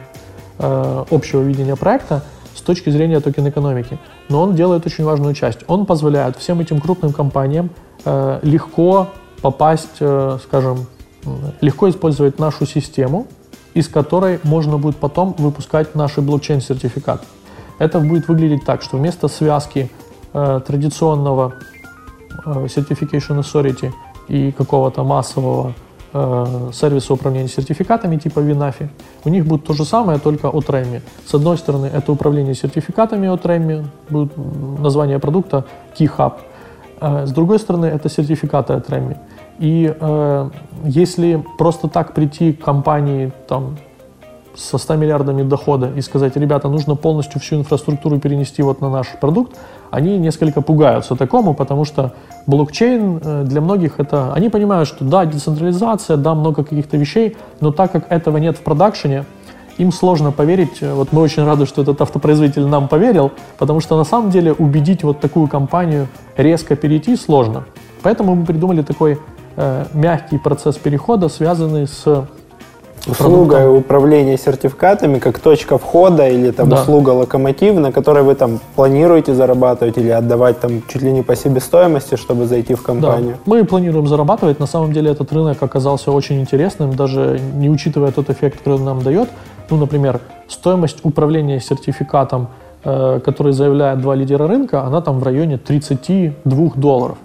э, общего видения проекта с точки зрения токен-экономики. Но он делает очень важную часть. Он позволяет всем этим крупным компаниям э, легко попасть, э, скажем, легко использовать нашу систему, из которой можно будет потом выпускать наши блокчейн-сертификаты. Это будет выглядеть так, что вместо связки э, традиционного э, Certification Authority и какого-то массового э, сервисы управления сертификатами типа Винафи. У них будет то же самое, только от Remi. С одной стороны, это управление сертификатами от Remi, будет название продукта KeyHub. Э, с другой стороны, это сертификаты от Remi. И э, если просто так прийти к компании там, со ста миллиардами дохода и сказать, ребята, нужно полностью всю инфраструктуру перенести вот на наш продукт, они несколько пугаются такому, потому что блокчейн э, для многих это... Они понимают, что да, децентрализация, да, много каких-то вещей, но так как этого нет в продакшене, им сложно поверить. Вот мы очень рады, что этот автопроизводитель нам поверил, потому что на самом деле убедить вот такую компанию резко перейти сложно. Поэтому мы придумали такой э, мягкий процесс перехода, связанный с услуга продуктом. управления сертификатами как точка входа или там Да. услуга локомотив, на которой вы там планируете зарабатывать или отдавать там чуть ли не по себестоимости, чтобы зайти в компанию. Да, мы планируем зарабатывать. На самом деле этот рынок оказался очень интересным, даже не учитывая тот эффект, который он нам дает. Ну, например, стоимость управления сертификатом, э, который заявляет два лидера рынка, она там в районе тридцать два долларов.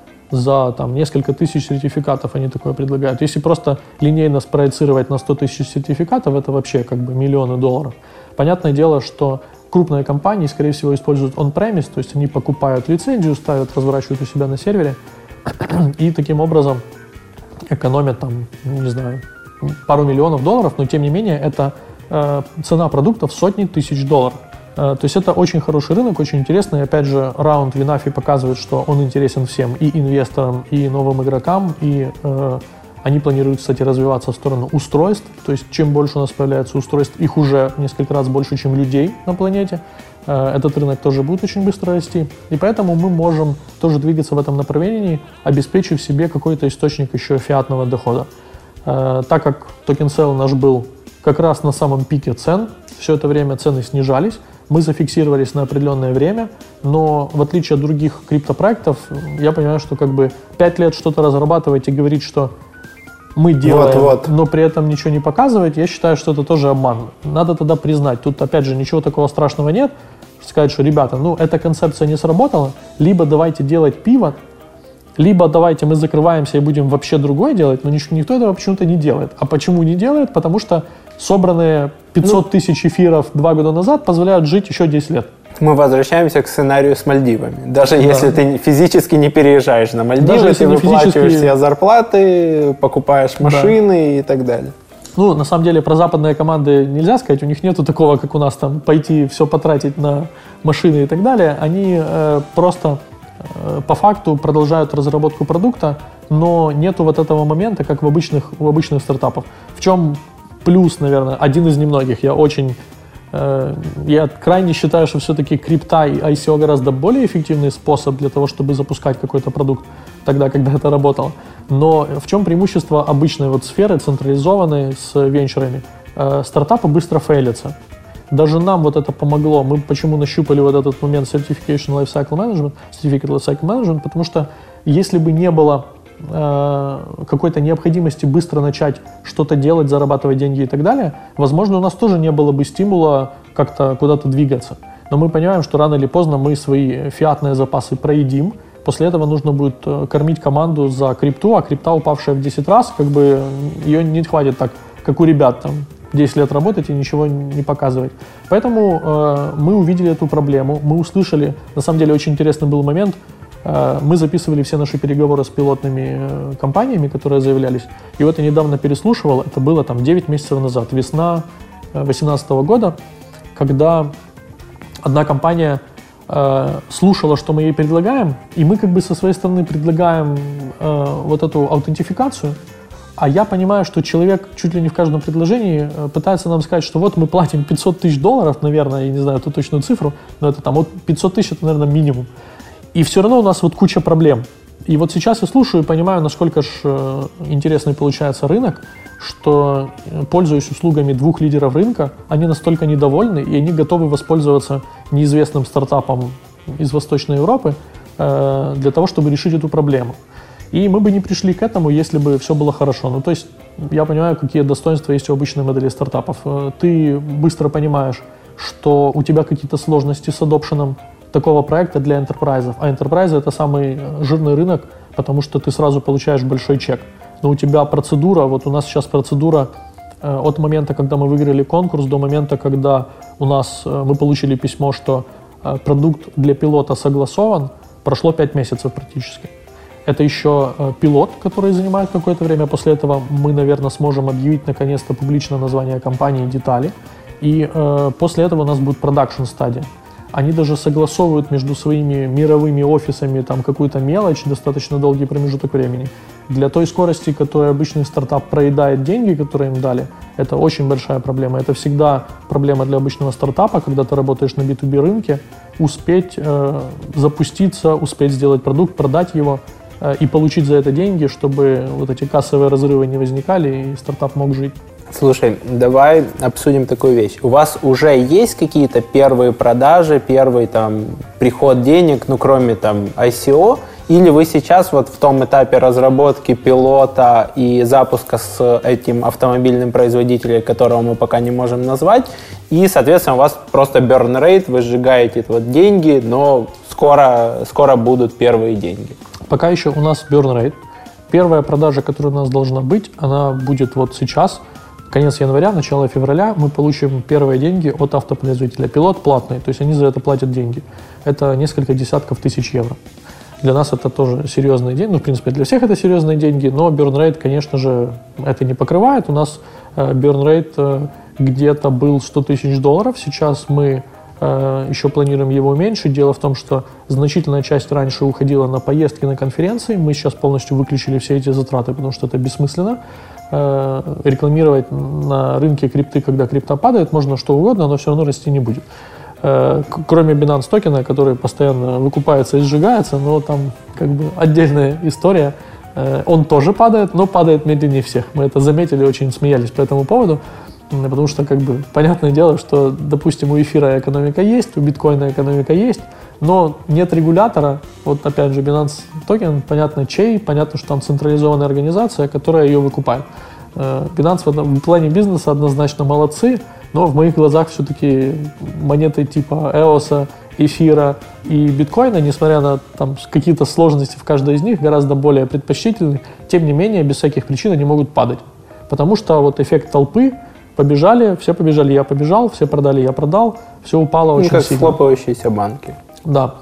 За там, несколько тысяч сертификатов они такое предлагают. Если просто линейно спроецировать на сто тысяч сертификатов, это вообще как бы миллионы долларов. Понятное дело, что крупные компании, скорее всего, используют on-premise, то есть они покупают лицензию, ставят, разворачивают у себя на сервере и таким образом экономят там, не знаю, пару миллионов долларов, но тем не менее это э, цена продуктов сотни тысяч долларов. То есть это очень хороший рынок, очень интересный. И опять же, раунд Винафи показывает, что он интересен всем, и инвесторам, и новым игрокам. И э, они планируют, кстати, развиваться в сторону устройств. То есть чем больше у нас появляется устройств, их уже несколько раз больше, чем людей на планете. Э, этот рынок тоже будет очень быстро расти. И поэтому мы можем тоже двигаться в этом направлении, обеспечив себе какой-то источник еще фиатного дохода. Э, так как токен сейл наш был как раз на самом пике цен, все это время цены снижались, мы зафиксировались на определенное время, но в отличие от других криптопроектов, я понимаю, что как бы пять лет что-то разрабатывать и говорить, что мы делаем, вот, вот. но при этом ничего не показывать, я считаю, что это тоже обман. Надо тогда признать, тут опять же ничего такого страшного нет, сказать, что ребята, ну эта концепция не сработала, либо давайте делать пивот, либо давайте мы закрываемся и будем вообще другое делать, но никто этого почему-то не делает. А почему не делает? Потому что собранные пятьсот тысяч эфиров два года назад позволяют жить еще десять лет. Мы возвращаемся к сценарию с Мальдивами. Даже да. если ты физически не переезжаешь на Мальдивы, Даже ты выплачиваешь физически... себе зарплаты, покупаешь машины да. и так далее. Ну, на самом деле, про западные команды нельзя сказать. У них нету такого, как у нас, там, пойти все потратить на машины и так далее. Они э, просто э, по факту продолжают разработку продукта, но нету вот этого момента, как в обычных, у обычных стартапов. В чем плюс, наверное, один из немногих. Я очень, э, я крайне считаю, что все-таки крипта и ай си о гораздо более эффективный способ для того, чтобы запускать какой-то продукт тогда, когда это работало. Но в чем преимущество обычной вот сферы, централизованной с венчурами? Э, стартапы быстро фейлятся. Даже нам вот это помогло. Мы почему нащупали вот этот момент Certification Lifecycle Management, Certificate Lifecycle Management, потому что если бы не было какой-то необходимости быстро начать что-то делать, зарабатывать деньги и так далее, возможно, у нас тоже не было бы стимула как-то куда-то двигаться. Но мы понимаем, что рано или поздно мы свои фиатные запасы проедим, после этого нужно будет кормить команду за крипту, а крипта, упавшая в десять раз, как бы ее не хватит так, как у ребят, там, десять лет работать и ничего не показывать. Поэтому э, мы увидели эту проблему, мы услышали, на самом деле очень интересный был момент, мы записывали все наши переговоры с пилотными компаниями, которые заявлялись. И вот я недавно переслушивал, это было там девять месяцев назад, весна две тысячи восемнадцатого года, когда одна компания э, слушала, что мы ей предлагаем, и мы как бы со своей стороны предлагаем э, вот эту аутентификацию, а я понимаю, что человек чуть ли не в каждом предложении пытается нам сказать, что вот мы платим пятьсот тысяч долларов, наверное, я не знаю эту точную цифру, но это там вот пятьсот тысяч, это, наверное, минимум. И все равно у нас вот куча проблем. И вот сейчас я слушаю и понимаю, насколько ж э, интересный получается рынок, что, пользуясь услугами двух лидеров рынка, они настолько недовольны, и они готовы воспользоваться неизвестным стартапом из Восточной Европы э, для того, чтобы решить эту проблему. И мы бы не пришли к этому, если бы все было хорошо. Ну, то есть я понимаю, какие достоинства есть у обычной модели стартапов. Ты быстро понимаешь, что у тебя какие-то сложности с адопшеном такого проекта для энтерпрайзов. А энтерпрайзы — это самый жирный рынок, потому что ты сразу получаешь большой чек. но у тебя процедура, вот у нас сейчас процедура э, от момента, когда мы выиграли конкурс, до момента, когда у нас, э, мы получили письмо, что э, продукт для пилота согласован, прошло пять месяцев практически. Это еще э, пилот, который занимает какое-то время. После этого мы, наверное, сможем объявить наконец-то публично название компании, детали. И э, после этого у нас будет продакшн-стадия. Они даже согласовывают между своими мировыми офисами там какую-то мелочь, достаточно долгий промежуток времени. Для той скорости, которой обычный стартап проедает деньги, которые им дали, это очень большая проблема. Это всегда проблема для обычного стартапа, когда ты работаешь на би ту би рынке, успеть э, запуститься, успеть сделать продукт, продать его э, и получить за это деньги, чтобы вот эти кассовые разрывы не возникали и стартап мог жить. Слушай, давай обсудим такую вещь. У вас уже есть какие-то первые продажи, первый там приход денег, ну кроме там ай си о, или вы сейчас вот в том этапе разработки пилота и запуска с этим автомобильным производителем, которого мы пока не можем назвать, и, соответственно, у вас просто burn rate, вы сжигаете вот деньги, но скоро, скоро будут первые деньги? Пока еще у нас burn rate. Первая продажа, которая у нас должна быть, она будет вот сейчас. Конец января, начало февраля мы получим первые деньги от автопроизводителя. Пилот платный, то есть они за это платят деньги. Это несколько десятков тысяч евро. Для нас это тоже серьезные деньги. Ну, в принципе, для всех это серьезные деньги, но burn rate, конечно же, это не покрывает. У нас э, burn rate э, где-то был сто тысяч долларов. Сейчас мы э, еще планируем его уменьшить. Дело в том, что значительная часть раньше уходила на поездки, на конференции. Мы сейчас полностью выключили все эти затраты, потому что это бессмысленно. Рекламировать на рынке крипты, когда крипта падает, можно что угодно, но все равно расти не будет. Кроме Binance токена, который постоянно выкупается и сжигается, но там как бы отдельная история. Он тоже падает, но падает медленнее всех. Мы это заметили, очень смеялись по этому поводу, потому что как бы понятное дело, что, допустим, у эфира экономика есть, у биткоина экономика есть, но нет регулятора. Вот опять же Binance токен, понятно чей, понятно, что там централизованная организация, которая ее выкупает. Binance в, этом, в плане бизнеса однозначно молодцы, но в моих глазах все-таки монеты типа эоса, эфира и биткоина, несмотря на там какие-то сложности в каждой из них, гораздо более предпочтительны. Тем не менее, без всяких причин они могут падать. Потому что вот эффект толпы, побежали, все побежали, я побежал, все продали, я продал, все упало очень как сильно. Как схлопывающиеся банки. Да.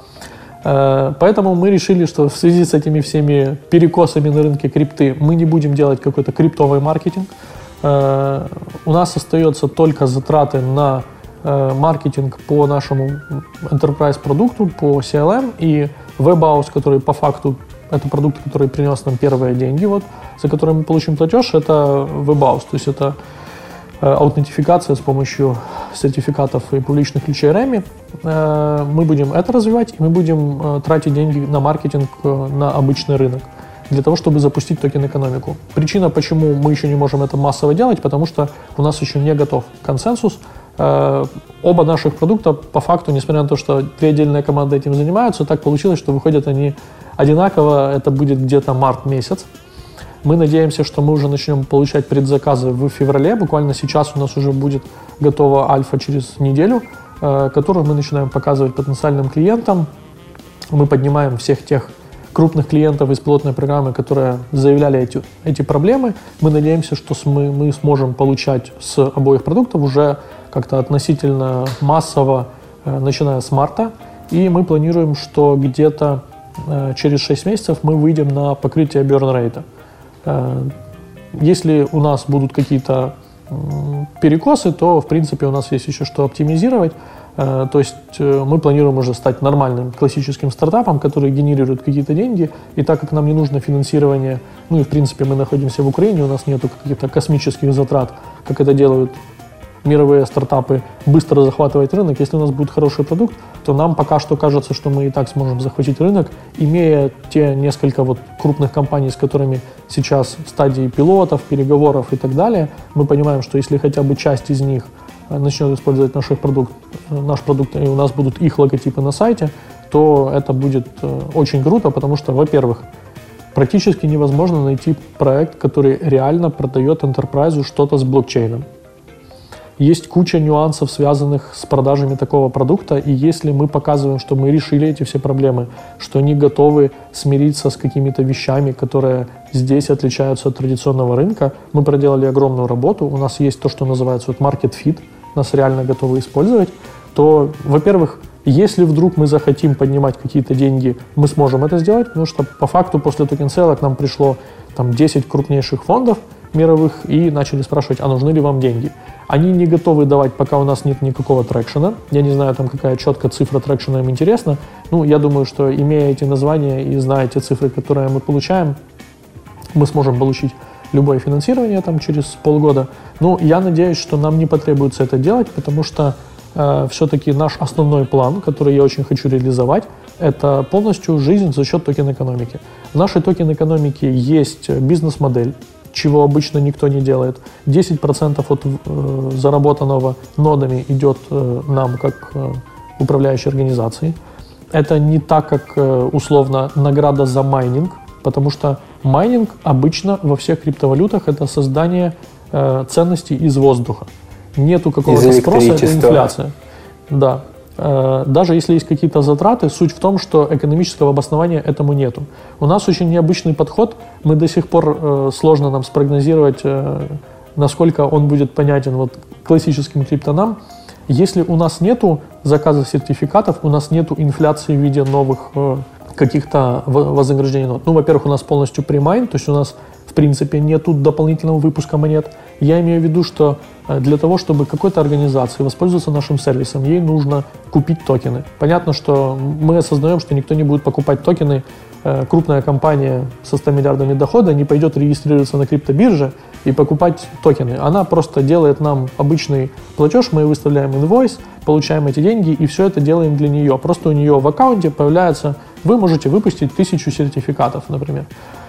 Поэтому мы решили, что в связи с этими всеми перекосами на рынке крипты мы не будем делать какой-то криптовый маркетинг. У нас остается только затраты на маркетинг по нашему enterprise продукту, по си эл эм и WebHouse, который по факту это продукт, который принес нам первые деньги, вот, за которые мы получим платеж, это WebHouse, то есть это аутентификация с помощью сертификатов и публичных ключей РЭМИ. Мы будем это развивать, и мы будем тратить деньги на маркетинг на обычный рынок для того, чтобы запустить токен-экономику. Причина, почему мы еще не можем это массово делать, потому что у нас еще не готов консенсус. Оба наших продукта, по факту, несмотря на то, что две отдельные команды этим занимаются, так получилось, что выходят они одинаково, это будет где-то март месяц. Мы надеемся, что мы уже начнем получать предзаказы в феврале. Буквально сейчас у нас уже будет готова альфа через неделю, которую мы начинаем показывать потенциальным клиентам. Мы поднимаем всех тех крупных клиентов из пилотной программы, которые заявляли эти, эти проблемы. Мы надеемся, что мы, мы сможем получать с обоих продуктов уже как-то относительно массово, начиная с марта. И мы планируем, что где-то через шесть месяцев мы выйдем на покрытие burn-rate. Если у нас будут какие-то перекосы, то, в принципе, у нас есть еще что оптимизировать. То есть мы планируем уже стать нормальным классическим стартапом, который генерирует какие-то деньги. И так как нам не нужно финансирование, ну и, в принципе, мы находимся в Украине, у нас нет каких-то космических затрат, как это делают мировые стартапы, быстро захватывать рынок. Если у нас будет хороший продукт, то нам пока что кажется, что мы и так сможем захватить рынок, имея те несколько вот крупных компаний, с которыми сейчас в стадии пилотов, переговоров и так далее. Мы понимаем, что если хотя бы часть из них начнет использовать наш продукт, наш продукт, и у нас будут их логотипы на сайте, то это будет очень круто, потому что, во-первых, практически невозможно найти проект, который реально продает энтерпрайзу что-то с блокчейном. Есть куча нюансов, связанных с продажами такого продукта, и если мы показываем, что мы решили эти все проблемы, что они готовы смириться с какими-то вещами, которые здесь отличаются от традиционного рынка, мы проделали огромную работу, у нас есть то, что называется вот market fit, нас реально готовы использовать, то, во-первых, если вдруг мы захотим поднимать какие-то деньги, мы сможем это сделать, потому что по факту после токен сейла к нам пришло там десять крупнейших фондов мировых и начали спрашивать, а нужны ли вам деньги. Они не готовы давать, пока у нас нет никакого трекшена. Я не знаю, там какая четкая цифра трекшена им интересна. Ну, я думаю, что имея эти названия и зная те цифры, которые мы получаем, мы сможем получить любое финансирование там через полгода. Но я надеюсь, что нам не потребуется это делать, потому что э, все-таки наш основной план, который я очень хочу реализовать, это полностью жизнь за счет токен-экономики. В нашей токен-экономике есть бизнес-модель, чего обычно никто не делает. десять процентов от э, заработанного нодами идет э, нам как э, управляющей организации. Это не так, как э, условно награда за майнинг, потому что майнинг обычно во всех криптовалютах это создание э, ценностей из воздуха. Нету какого-то спроса, это инфляция. Да. Даже если есть какие-то затраты, суть в том, что экономического обоснования этому нету. У нас очень необычный подход, мы до сих пор э, сложно нам спрогнозировать, э, насколько он будет понятен вот классическим криптонам. Если у нас нету заказа сертификатов, у нас нету инфляции в виде новых э, каких-то вознаграждений нот. Ну, во-первых, у нас полностью премайн, то есть у нас в принципе нету дополнительного выпуска монет. Я имею в виду, что для того, чтобы какой-то организации воспользоваться нашим сервисом, ей нужно купить токены. Понятно, что мы осознаем, что никто не будет покупать токены. Крупная компания со ста миллиардами дохода не пойдет регистрироваться на криптобирже и покупать токены. Она просто делает нам обычный платеж, мы выставляем инвойс, получаем эти деньги и все это делаем для нее. Просто у нее в аккаунте появляется, вы можете выпустить тысячу сертификатов, например.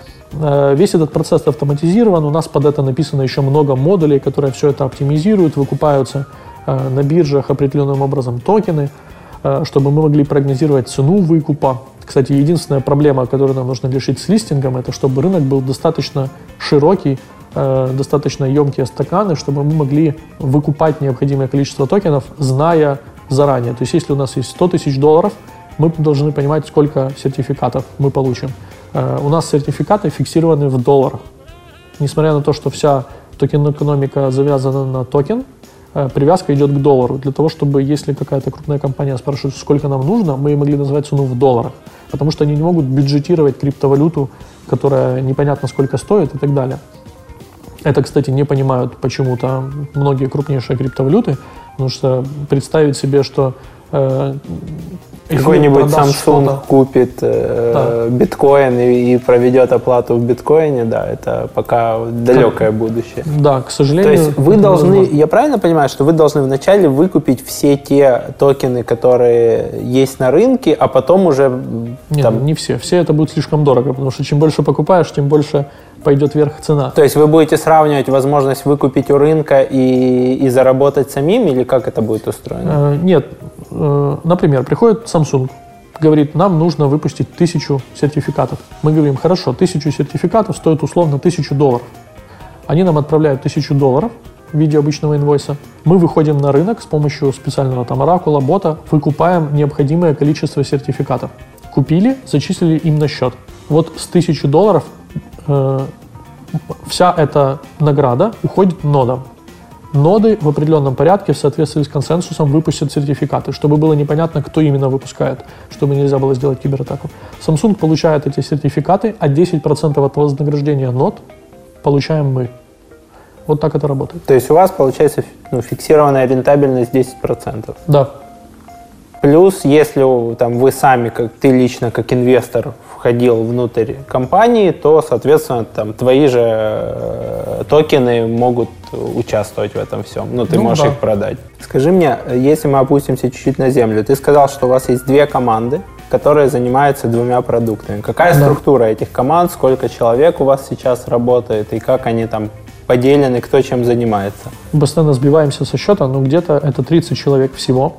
Весь этот процесс автоматизирован, у нас под это написано еще много модулей, которые все это оптимизируют, выкупаются на биржах определенным образом токены, чтобы мы могли прогнозировать цену выкупа. Кстати, единственная проблема, которую нам нужно решить с листингом, это чтобы рынок был достаточно широкий, достаточно емкие стаканы, чтобы мы могли выкупать необходимое количество токенов, зная заранее. То есть если у нас есть сто тысяч долларов, мы должны понимать, сколько сертификатов мы получим. У нас сертификаты фиксированы в долларах. Несмотря на то, что вся токен-экономика завязана на токен, привязка идет к доллару. Для того, чтобы, если какая-то крупная компания спрашивает, сколько нам нужно, мы могли назвать цену в долларах. Потому что они не могут бюджетировать криптовалюту, которая непонятно сколько стоит и так далее. Это, кстати, не понимают почему-то многие крупнейшие криптовалюты, потому что представить себе, что э, какой-нибудь Samsung купит э, да. биткоин и, и проведет оплату в биткоине, да, это пока далекое как, будущее. Да, к сожалению. То есть вы должны, невозможно. Я правильно понимаю, что вы должны вначале выкупить все те токены, которые есть на рынке, а потом уже... Нет, там... не все. Все это будет слишком дорого, потому что чем больше покупаешь, тем больше пойдет вверх цена. То есть вы будете сравнивать возможность выкупить у рынка и, и заработать самим, или как это будет устроено? Э, нет. Э, например, приходит Samsung, говорит, нам нужно выпустить тысячу сертификатов. Мы говорим, хорошо, тысячу сертификатов стоит условно тысячу долларов. Они нам отправляют тысячу долларов в виде обычного инвойса. Мы выходим на рынок с помощью специального там оракула, бота, выкупаем необходимое количество сертификатов. Купили, зачислили им на счет. Вот с тысячи долларов э, вся эта награда уходит нодам. Ноды в определенном порядке в соответствии с консенсусом выпустят сертификаты, чтобы было непонятно, кто именно выпускает, чтобы нельзя было сделать кибератаку. Samsung получает эти сертификаты, а десять процентов от вознаграждения нод получаем мы. Вот так это работает. То есть у вас получается ну, фиксированная рентабельность десять процентов? Да. Плюс, если там, вы сами, как ты лично, как инвестор, входил внутрь компании, то, соответственно, там, твои же э, токены могут участвовать в этом всем. Ну, ты ну, можешь да. их продать. Скажи мне, если мы опустимся чуть-чуть на землю, ты сказал, что у вас есть две команды, которые занимаются двумя продуктами. Какая да. структура этих команд, сколько человек у вас сейчас работает и как они там поделены, кто чем занимается? Мы постоянно сбиваемся со счета, но где-то это тридцать человек всего.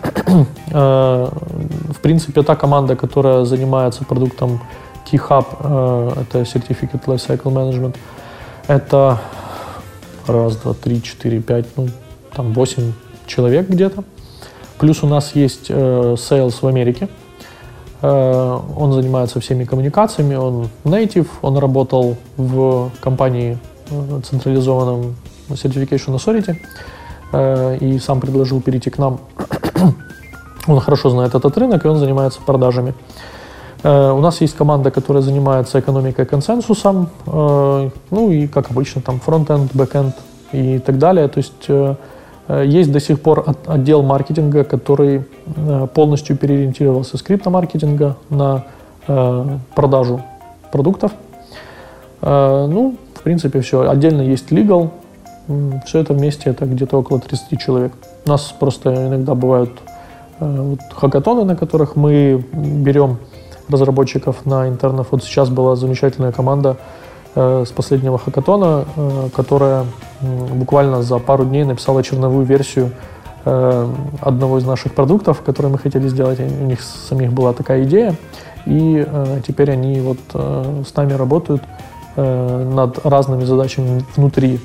В принципе, та команда, которая занимается продуктом KeyHub, это Certificate Lifecycle Management, это раз, два, три, четыре, пять, ну, там восемь человек где-то. Плюс у нас есть э, sales в Америке. Э, он занимается всеми коммуникациями, он native, он работал в компании э, централизованном Certification Authority э, и сам предложил перейти к нам. Он хорошо знает этот рынок, и он занимается продажами. Э, у нас есть команда, которая занимается экономикой консенсусом, э, ну и, как обычно, там фронт-энд, бэк-энд и так далее. То есть э, есть до сих пор от, отдел маркетинга, который э, полностью переориентировался с криптомаркетинга на э, продажу продуктов. Э, ну, в принципе, все. Отдельно есть legal. Все это вместе, это где-то около тридцати человек. У нас просто иногда бывают э, вот, хакатоны, на которых мы берем разработчиков на интернов. Вот сейчас была замечательная команда э, с последнего хакатона, э, которая э, буквально за пару дней написала черновую версию э, одного из наших продуктов, который мы хотели сделать. У них самих была такая идея. И э, теперь они вот э, с нами работают э, над разными задачами внутри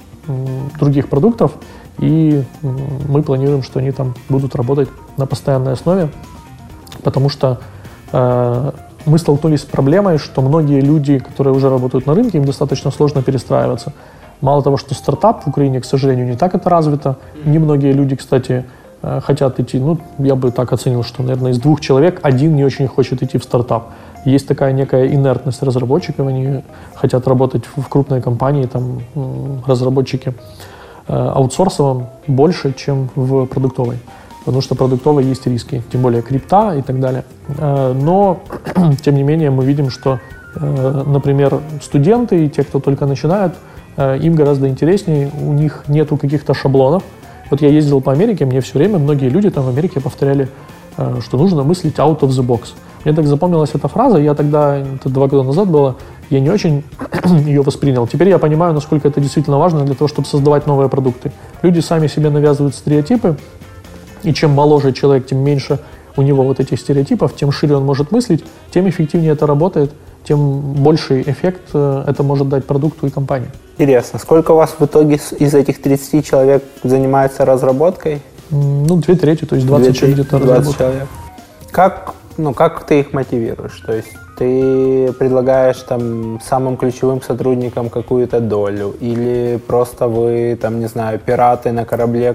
других продуктов, и мы планируем, что они там будут работать на постоянной основе, потому что э, мы столкнулись с проблемой, что многие люди, которые уже работают на рынке, им достаточно сложно перестраиваться. Мало того, что стартап в Украине, к сожалению, не так это развито. Немногие люди, кстати, э, хотят идти, ну, я бы так оценил, что, наверное, из двух человек один не очень хочет идти в стартап. Есть такая некая инертность разработчиков, они хотят работать в крупной компании, там разработчики аутсорсовом больше, чем в продуктовой, потому что в продуктовой есть риски, тем более крипта и так далее. Но, тем не менее, мы видим, что, например, студенты и те, кто только начинают, им гораздо интереснее, у них нету каких-то шаблонов. Вот я ездил по Америке, мне все время многие люди там в Америке повторяли, что нужно мыслить out of the box. Мне так запомнилась эта фраза, я тогда, это два года назад было, я не очень ее воспринял. Теперь я понимаю, насколько это действительно важно для того, чтобы создавать новые продукты. Люди сами себе навязывают стереотипы, и чем моложе человек, тем меньше у него вот этих стереотипов, тем шире он может мыслить, тем эффективнее это работает, тем больший эффект это может дать продукту и компании. Интересно, сколько у вас в итоге из этих тридцати человек занимается разработкой? Ну, две трети, то есть двадцать человек где-то разработка. Как Ну, как ты их мотивируешь? То есть ты предлагаешь там самым ключевым сотрудникам какую-то долю? Или просто вы, там, не знаю, пираты на корабле,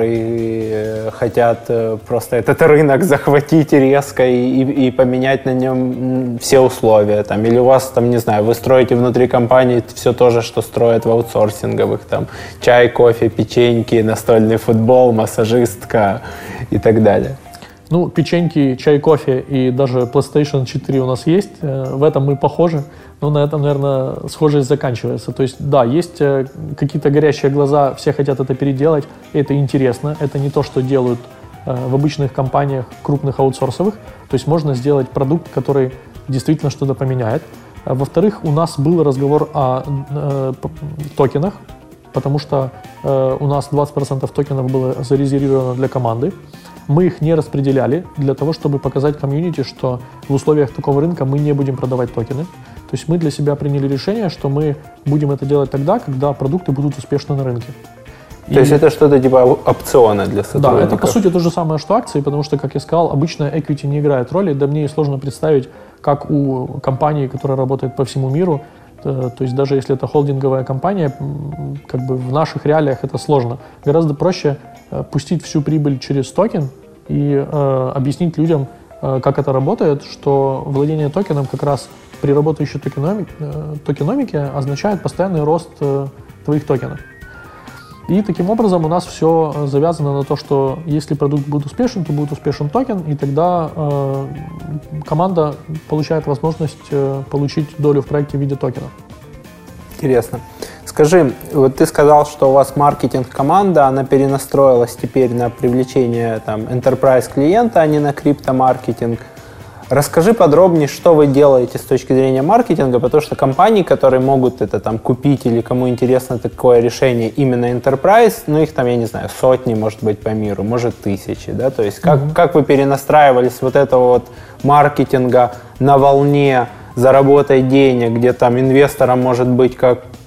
которые хотят просто этот рынок захватить резко и, и, и поменять на нем все условия? Там, или у вас, там, не знаю, вы строите внутри компании все то же, что строят в аутсорсинговых, там, чай, кофе, печеньки, настольный футбол, массажистка и так далее? Ну, печеньки, чай, кофе и даже PlayStation четыре у нас есть. В этом мы похожи, но на этом, наверное, схожесть заканчивается. То есть, да, есть какие-то горящие глаза, все хотят это переделать, и это интересно. Это не то, что делают в обычных компаниях крупных аутсорсовых. То есть можно сделать продукт, который действительно что-то поменяет. Во-вторых, у нас был разговор о э, токенах, потому что э, у нас двадцать процентов токенов было зарезервировано для команды. Мы их не распределяли для того, чтобы показать комьюнити, что в условиях такого рынка мы не будем продавать токены. То есть мы для себя приняли решение, что мы будем это делать тогда, когда продукты будут успешны на рынке. То И... есть это что-то типа опциона для сотрудников? Да, это по сути то же самое, что акции, потому что, как я сказал, обычно equity не играет роли, да мне сложно представить, как у компании, которая работает по всему миру, то есть даже если это холдинговая компания, как бы в наших реалиях это сложно. Гораздо проще пустить всю прибыль через токен и э, объяснить людям, э, как это работает, что владение токеном как раз при работающей токеномике, э, токеномике означает постоянный рост э, твоих токенов. И таким образом у нас все завязано на то, что если продукт будет успешен, то будет успешен токен, и тогда э, команда получает возможность э, получить долю в проекте в виде токенов. Интересно. Скажи, вот ты сказал, что у вас маркетинг-команда, она перенастроилась теперь на привлечение там enterprise клиента, а не на криптомаркетинг. Расскажи подробнее, что вы делаете с точки зрения маркетинга, потому что компании, которые могут это там купить или кому интересно такое решение именно enterprise, ну их там, я не знаю, сотни, может быть, по миру, может, тысячи, да, то есть как, mm-hmm. как вы перенастраивались вот этого вот маркетинга на волне заработай денег, где там инвестором может быть как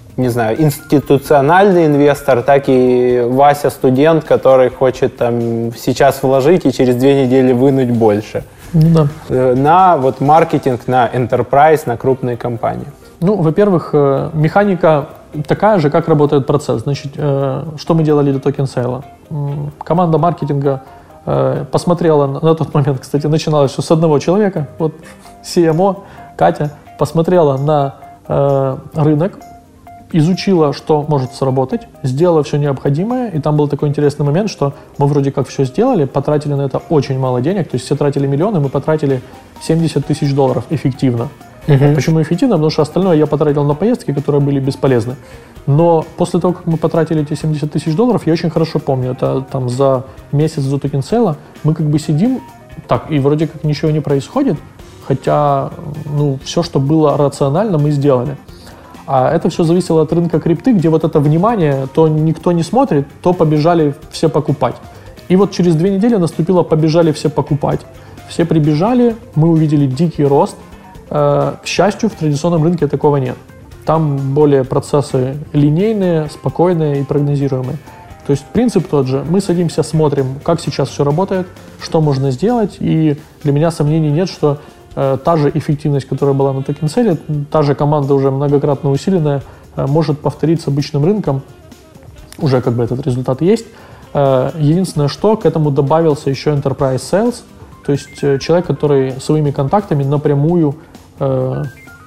не знаю, институциональный инвестор, так и Вася студент, который хочет там сейчас вложить и через две недели вынуть больше. Да. На вот маркетинг, на enterprise, на крупные компании. Ну, во-первых, механика такая же, как работает процесс. Значит, что мы делали до токен сейла? Команда маркетинга посмотрела на тот момент, кстати, начиналось все с одного человека, вот си эм о Катя посмотрела на рынок, изучила, что может сработать, сделала все необходимое, и там был такой интересный момент, что мы вроде как все сделали, потратили на это очень мало денег, то есть все тратили миллионы, мы потратили семьдесят тысяч долларов эффективно. Uh-huh. Почему эффективно? Потому что остальное я потратил на поездки, которые были бесполезны. Но после того, как мы потратили эти семьдесят тысяч долларов, я очень хорошо помню, это там за месяц до токен сейла, мы как бы сидим, так, и вроде как ничего не происходит, хотя, ну, все, что было рационально, мы сделали. А это все зависело от рынка крипты, где вот это внимание, то никто не смотрит, то побежали все покупать. И вот через две недели наступило побежали все покупать. Все прибежали, мы увидели дикий рост. К счастью, в традиционном рынке такого нет. Там более процессы линейные, спокойные и прогнозируемые. То есть принцип тот же. Мы садимся, смотрим, как сейчас все работает, что можно сделать. И для меня сомнений нет, что э, та же эффективность, которая была на токен сейле, та же команда уже многократно усиленная, э, может повторить с обычным рынком. Уже как бы этот результат есть. Э, единственное, что к этому добавился еще enterprise sales. То есть э, человек, который своими контактами напрямую э,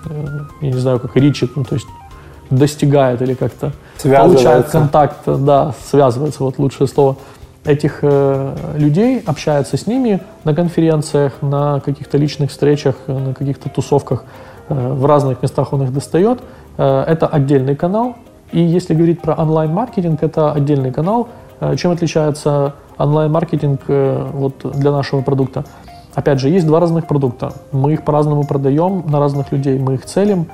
я не знаю, как ричит, ну, то есть достигает или как-то получает контакт, да, связывается, вот лучшее слово, этих э, людей, общается с ними на конференциях, на каких-то личных встречах, на каких-то тусовках, э, в разных местах он их достает. Э, это отдельный канал. И если говорить про онлайн-маркетинг, это отдельный канал. Э, чем отличается онлайн-маркетинг э, вот для нашего продукта? Опять же, есть два разных продукта. Мы их по-разному продаем на разных людей, мы их целим.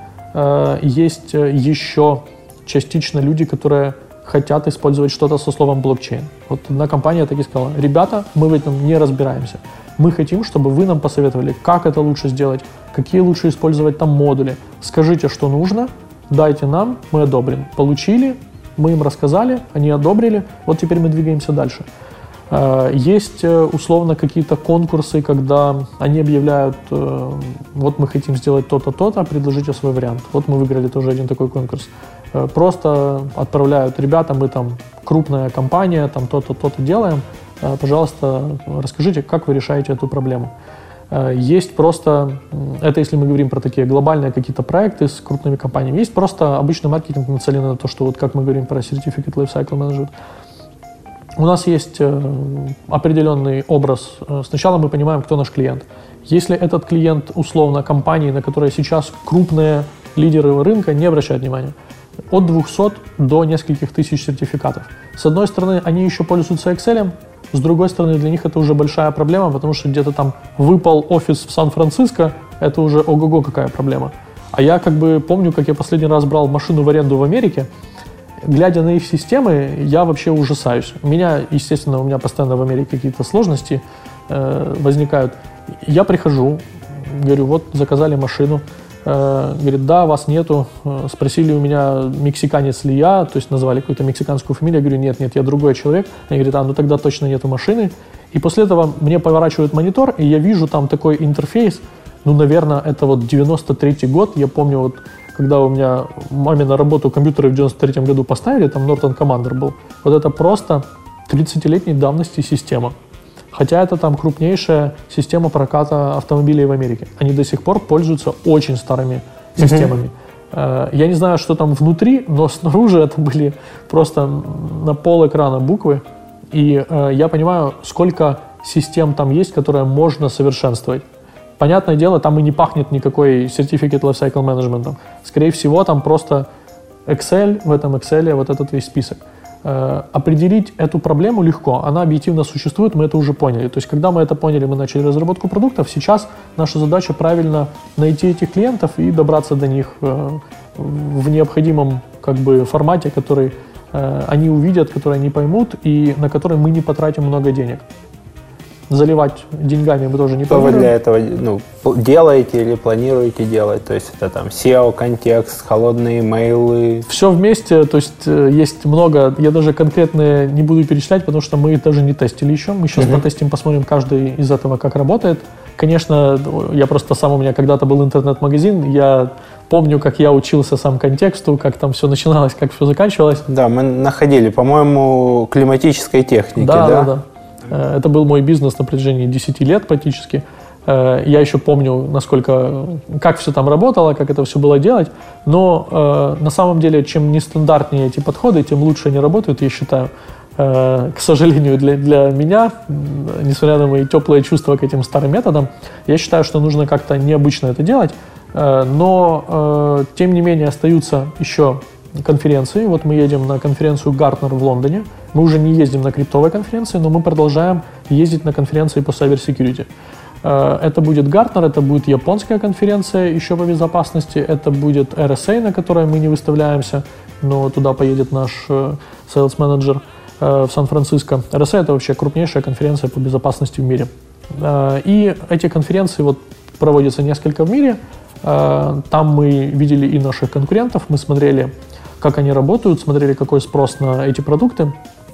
Есть еще частично люди, которые хотят использовать что-то со словом блокчейн. Вот одна компания так и сказала: ребята, мы в этом не разбираемся. Мы хотим, чтобы вы нам посоветовали, как это лучше сделать, какие лучше использовать там модули. Скажите, что нужно, дайте нам, мы одобрим. Получили, мы им рассказали, они одобрили, вот теперь мы двигаемся дальше. Есть условно какие-то конкурсы, когда они объявляют: вот мы хотим сделать то-то, то-то, предложите свой вариант. Вот мы выиграли тоже один такой конкурс. Просто отправляют: ребята, мы там крупная компания, там то-то, то-то делаем, пожалуйста, расскажите, как вы решаете эту проблему. Есть просто, это если мы говорим про такие глобальные какие-то проекты с крупными компаниями, есть просто обычный маркетинг, нацеленный на то, что вот как мы говорим про Certificate Lifecycle Management. У нас есть э, определенный образ. Сначала мы понимаем, кто наш клиент. Если этот клиент, условно, компании, на которые сейчас крупные лидеры рынка, не обращают внимания, от двухсот до нескольких тысяч сертификатов. С одной стороны, они еще пользуются Excel, с другой стороны, для них это уже большая проблема, потому что где-то там выпал офис в Сан-Франциско, это уже ого-го какая проблема. А я как бы помню, как я последний раз брал машину в аренду в Америке. Глядя на их системы, я вообще ужасаюсь. У меня, естественно, у меня постоянно в Америке какие-то сложности э, возникают. Я прихожу, говорю: вот заказали машину. Э, говорит: да, вас нету. Э, спросили у меня, мексиканец ли я, то есть назвали какую-то мексиканскую фамилию. Я говорю: нет, нет, я другой человек. Они говорят: а, ну тогда точно нету машины. И после этого мне поворачивают монитор, и я вижу там такой интерфейс. Ну, наверное, это вот девяносто третий год. Я помню, вот когда у меня маме на работу компьютеры в девяносто третьем году поставили, там Norton Commander был. Вот это просто тридцатилетней давности система. Хотя это там крупнейшая система проката автомобилей в Америке. Они до сих пор пользуются очень старыми системами. Mm-hmm. Я не знаю, что там внутри, но снаружи это были просто на пол экрана буквы. И я понимаю, сколько систем там есть, которые можно совершенствовать. Понятное дело, там и не пахнет никакой Certificate Lifecycle Management. Скорее всего, там просто Excel, в этом Excel вот этот весь список. Э, определить эту проблему легко, она объективно существует, мы это уже поняли. То есть, когда мы это поняли, мы начали разработку продуктов. Сейчас наша задача правильно найти этих клиентов и добраться до них э, в необходимом как бы формате, который э, они увидят, который они поймут и на который мы не потратим много денег. заливать деньгами мы тоже не Что планируем. вы для этого ну, делаете или планируете делать? То есть это там сео, контекст, холодные имейлы? Все вместе, то есть есть много, я даже конкретно не буду перечислять, потому что мы их даже не тестили еще. Мы сейчас uh-huh. потестим, посмотрим каждый из этого, как работает. Конечно, я просто сам, у меня когда-то был интернет-магазин, я помню, как я учился сам контексту, как там все начиналось, как все заканчивалось. Да, мы находили, по-моему, климатической техники, да? Да, да, да. Это был мой бизнес на протяжении десяти лет практически. Я еще помню, насколько, как все там работало, как это все было делать. Но на самом деле, чем нестандартнее эти подходы, тем лучше они работают, я считаю. К сожалению, для, для меня, несмотря на мои теплые чувства к этим старым методам, я считаю, что нужно как-то необычно это делать. Но, тем не менее, остаются еще конференции. Вот мы едем на конференцию Gartner в Лондоне. Мы уже не ездим на криптовые конференции, но мы продолжаем ездить на конференции по cyber security. Это будет Gartner, это будет японская конференция еще по безопасности, это будет эр эс эй, на которой мы не выставляемся, но туда поедет наш sales менеджер в Сан-Франциско. эр эс эй — это вообще крупнейшая конференция по безопасности в мире. И эти конференции вот проводятся несколько в мире. Там мы видели и наших конкурентов, мы смотрели, как они работают, смотрели, какой спрос на эти продукты.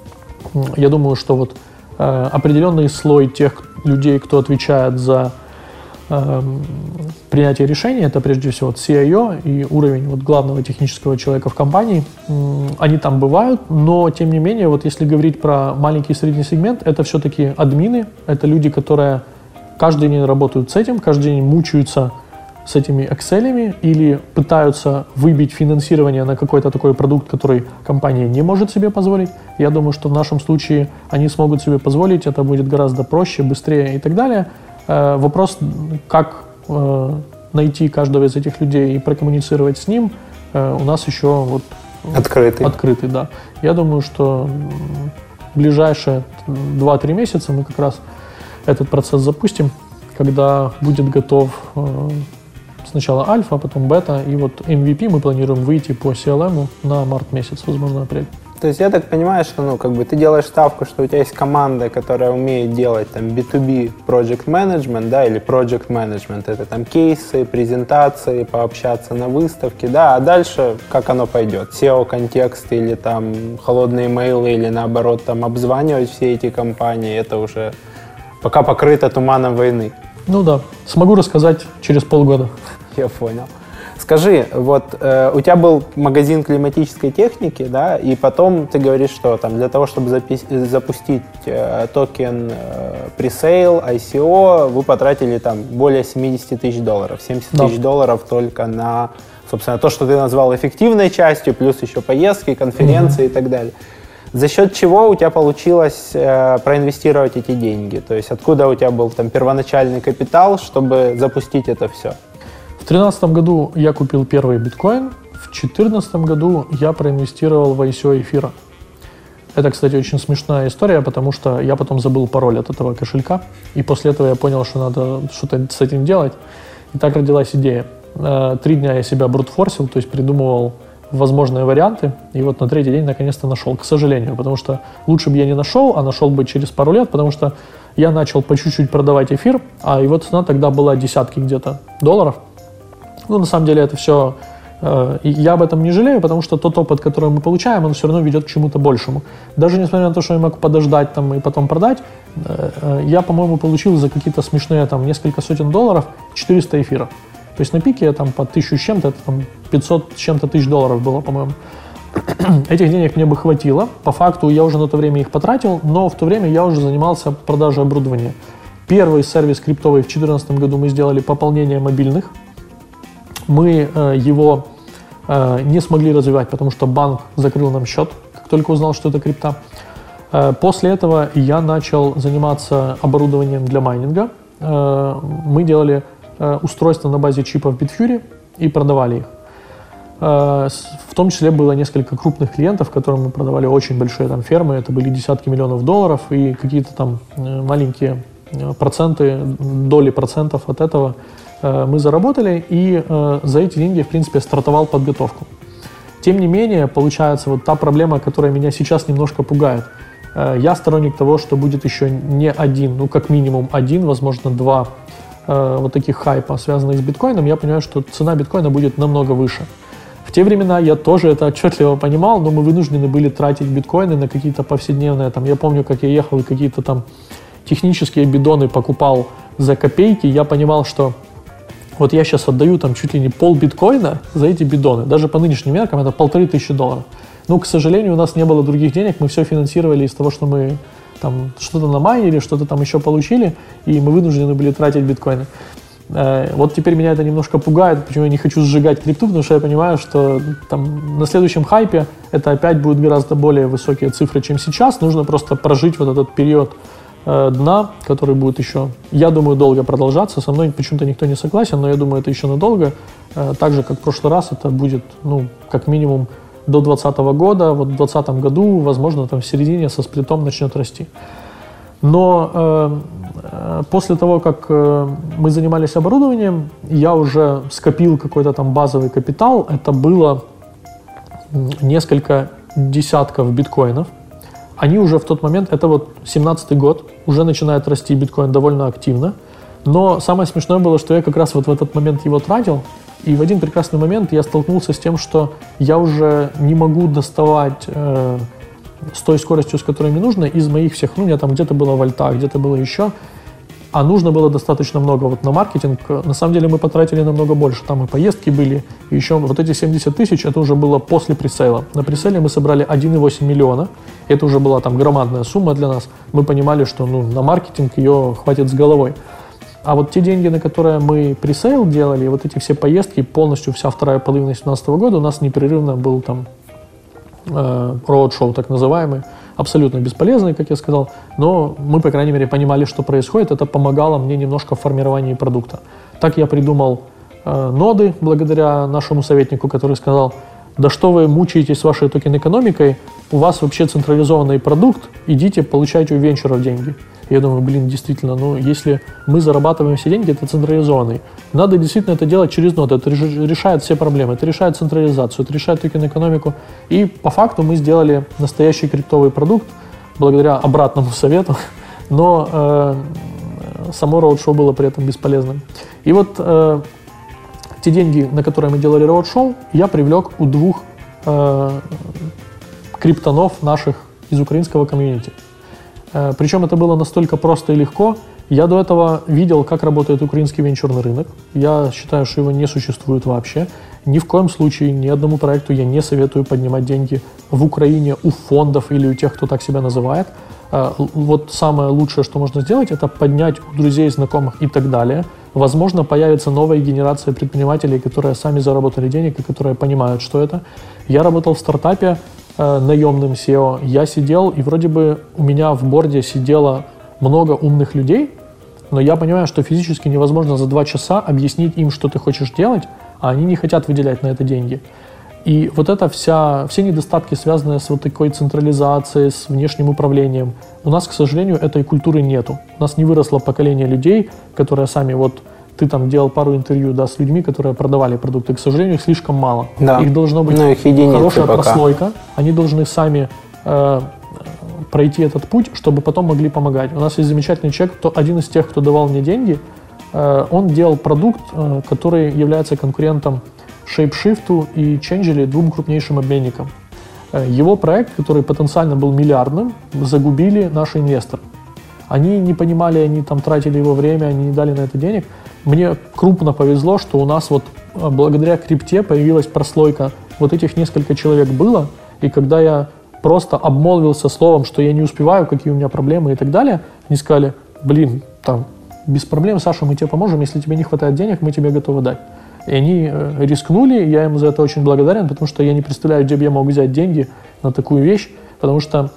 Я думаю, что вот э, определенный слой тех людей, кто отвечает за э, принятие решений, это прежде всего си ай о и уровень вот, главного технического человека в компании. Э, они там бывают, но тем не менее, вот если говорить про маленький и средний сегмент, это все-таки админы, это люди, которые каждый день работают с этим, каждый день мучаются с этими Excel или пытаются выбить финансирование на какой-то такой продукт, который компания не может себе позволить. Я думаю, что в нашем случае они смогут себе позволить, это будет гораздо проще, быстрее и так далее. Э, вопрос, как э, найти каждого из этих людей и прокоммуницировать с ним, э, у нас еще вот открытый. открытый, да. Я думаю, что в ближайшие два-три месяца мы как раз этот процесс запустим, когда будет готов э, сначала альфа, потом бета, и вот эм ви пи мы планируем выйти по си эл эм на март месяц, возможно, апрель. То есть я так понимаю, что ну, как бы ты делаешь ставку, что у тебя есть команда, которая умеет делать там би ту би project management, да, или project management, это там кейсы, презентации, пообщаться на выставке, да, а дальше как оно пойдет, сео контекст или там холодные имейлы, или наоборот там обзванивать все эти компании, это уже пока покрыто туманом войны. Ну да, смогу рассказать через полгода. Я понял. Скажи, вот э, у тебя был магазин климатической техники, да, и потом ты говоришь, что там для того, чтобы запи- запустить э, токен э, пресейл, ай си о, вы потратили там более семьдесят тысяч долларов, семьдесят да. тысяч долларов только на, собственно, то, что ты назвал эффективной частью, плюс еще поездки, конференции mm-hmm. и так далее. За счет чего у тебя получилось э, проинвестировать эти деньги? То есть откуда у тебя был там первоначальный капитал, чтобы запустить это все? В две тысячи тринадцатом году я купил первый биткоин, в две тысячи четырнадцатом году я проинвестировал в ай си о эфира. Это, кстати, очень смешная история, потому что я потом забыл пароль от этого кошелька, и после этого я понял, что надо что-то с этим делать. И так родилась идея. Три дня я себя брутфорсил, то есть придумывал возможные варианты, и вот на третий день наконец-то нашел, к сожалению, потому что лучше бы я не нашел, а нашел бы через пару лет, потому что я начал по чуть-чуть продавать эфир, а его цена тогда была десятки где-то долларов. Ну, на самом деле это все, э, я об этом не жалею, потому что тот опыт, который мы получаем, он все равно ведет к чему-то большему. Даже несмотря на то, что я могу подождать там и потом продать, э, э, я, по-моему, получил за какие-то смешные там несколько сотен долларов четыреста эфиров. То есть на пике я там по тысячу с чем-то, это там пятьсот с чем-то тысяч долларов было, по-моему. Этих денег мне бы хватило. По факту я уже на то время их потратил, но в то время я уже занимался продажей оборудования. Первый сервис криптовый в две тысячи четырнадцатом году мы сделали пополнение мобильных. Мы э, его э, не смогли развивать, потому что банк закрыл нам счет, как только узнал, что это крипта. Э, после этого я начал заниматься оборудованием для майнинга. Э, мы делали э, устройства на базе чипов Bitfury и продавали их. Э, в том числе было несколько крупных клиентов, которым мы продавали очень большие там, фермы. Это были десятки миллионов долларов и какие-то там э, маленькие э, проценты, доли процентов от этого мы заработали, и э, за эти деньги, в принципе, стартовал подготовку. Тем не менее, получается вот та проблема, которая меня сейчас немножко пугает. Я сторонник того, что будет еще не один, ну как минимум один, возможно два э, вот таких хайпа, связанных с биткоином. Я понимаю, что цена биткоина будет намного выше. В те времена я тоже это отчетливо понимал, но мы вынуждены были тратить биткоины на какие-то повседневные, там, я помню, как я ехал и какие-то там технические бидоны покупал за копейки. Я понимал, что вот я сейчас отдаю там чуть ли не пол биткоина за эти бидоны. Даже по нынешним меркам это полторы тысячи долларов. Ну, к сожалению, у нас не было других денег, мы все финансировали из того, что мы там что-то намайнили, что-то там еще получили, и мы вынуждены были тратить биткоины. Э, вот теперь меня это немножко пугает, почему я не хочу сжигать крипту, потому что я понимаю, что там на следующем хайпе это опять будут гораздо более высокие цифры, чем сейчас. Нужно просто прожить вот этот период э, дна, который будет еще, я думаю, долго продолжаться. Со мной почему-то никто не согласен, но я думаю, это еще надолго. Э, так же, как в прошлый раз, это будет, ну, как минимум, до двадцатого года, вот в двадцатом году, возможно, там в середине со сплитом начнет расти. Но э, после того, как э, мы занимались оборудованием, я уже скопил какой-то там базовый капитал. Это было несколько десятков биткоинов. Они уже в тот момент, это вот семнадцатый год, уже начинает расти биткоин довольно активно. Но самое смешное было, что я как раз вот в этот момент его тратил. И в один прекрасный момент я столкнулся с тем, что я уже не могу доставать э, с той скоростью, с которой мне нужно, из моих всех, ну, у меня там где-то было вольта, где-то было еще, а нужно было достаточно много вот на маркетинг. На самом деле мы потратили намного больше, там и поездки были, и еще вот эти семьдесят тысяч, это уже было после пресейла. На пресейле мы собрали один и восемь миллиона, это уже была там громадная сумма для нас. Мы понимали, что ну, на маркетинг ее хватит с головой. А вот те деньги, на которые мы пресейл делали, вот эти все поездки, полностью вся вторая половина две тысячи семнадцатого года у нас непрерывно был там э, роуд-шоу так называемый, абсолютно бесполезный, как я сказал, но мы, по крайней мере, понимали, что происходит, это помогало мне немножко в формировании продукта. Так я придумал э, ноды, благодаря нашему советнику, который сказал: да что вы мучаетесь с вашей токен-экономикой, у вас вообще централизованный продукт, идите, получайте у венчуров деньги. Я думаю, блин, действительно, ну, если мы зарабатываем все деньги, это централизованный. Надо действительно это делать через ноды. Это решает все проблемы. Это решает централизацию, это решает токен-экономику. И по факту мы сделали настоящий криптовый продукт благодаря обратному совету. Но э, само роуд-шоу было при этом бесполезным. И вот э, те деньги, на которые мы делали роуд-шоу, я привлек у двух э, криптонов наших из украинского комьюнити. Причем это было настолько просто и легко. Я до этого видел, как работает украинский венчурный рынок. Я считаю, что его не существует вообще. Ни в коем случае, ни одному проекту я не советую поднимать деньги в Украине у фондов или у тех, кто так себя называет. Вот самое лучшее, что можно сделать, это поднять у друзей, знакомых и так далее. Возможно, появится новая генерация предпринимателей, которые сами заработали денег и которые понимают, что это. Я работал в стартапе, наемным сео, я сидел, и вроде бы у меня в борде сидело много умных людей, но я понимаю, что физически невозможно за два часа объяснить им, что ты хочешь делать, а они не хотят выделять на это деньги. И вот это вся, все недостатки, связанные с вот такой централизацией, с внешним управлением, у нас, к сожалению, этой культуры нету. У нас не выросло поколение людей, которые сами вот ты там делал пару интервью, да, с людьми, которые продавали продукты. К сожалению, их слишком мало. Да. Их должна быть их хорошая пока. прослойка. Они должны сами э, пройти этот путь, чтобы потом могли помогать. У нас есть замечательный человек, кто, один из тех, кто давал мне деньги. Э, он делал продукт, э, который является конкурентом ShapeShift и Changely, двум крупнейшим обменникам. Э, его проект, который потенциально был миллиардным, загубили наши инвесторы. Они не понимали, они там тратили его время, они не дали на это денег. Мне крупно повезло, что у нас вот благодаря крипте появилась прослойка. Вот этих несколько человек было, и когда я просто обмолвился словом, что я не успеваю, какие у меня проблемы и так далее, они сказали: блин, там, без проблем, Саша, мы тебе поможем, если тебе не хватает денег, мы тебе готовы дать. И они э, рискнули, я им за это очень благодарен, потому что я не представляю, где бы я мог взять деньги на такую вещь, потому что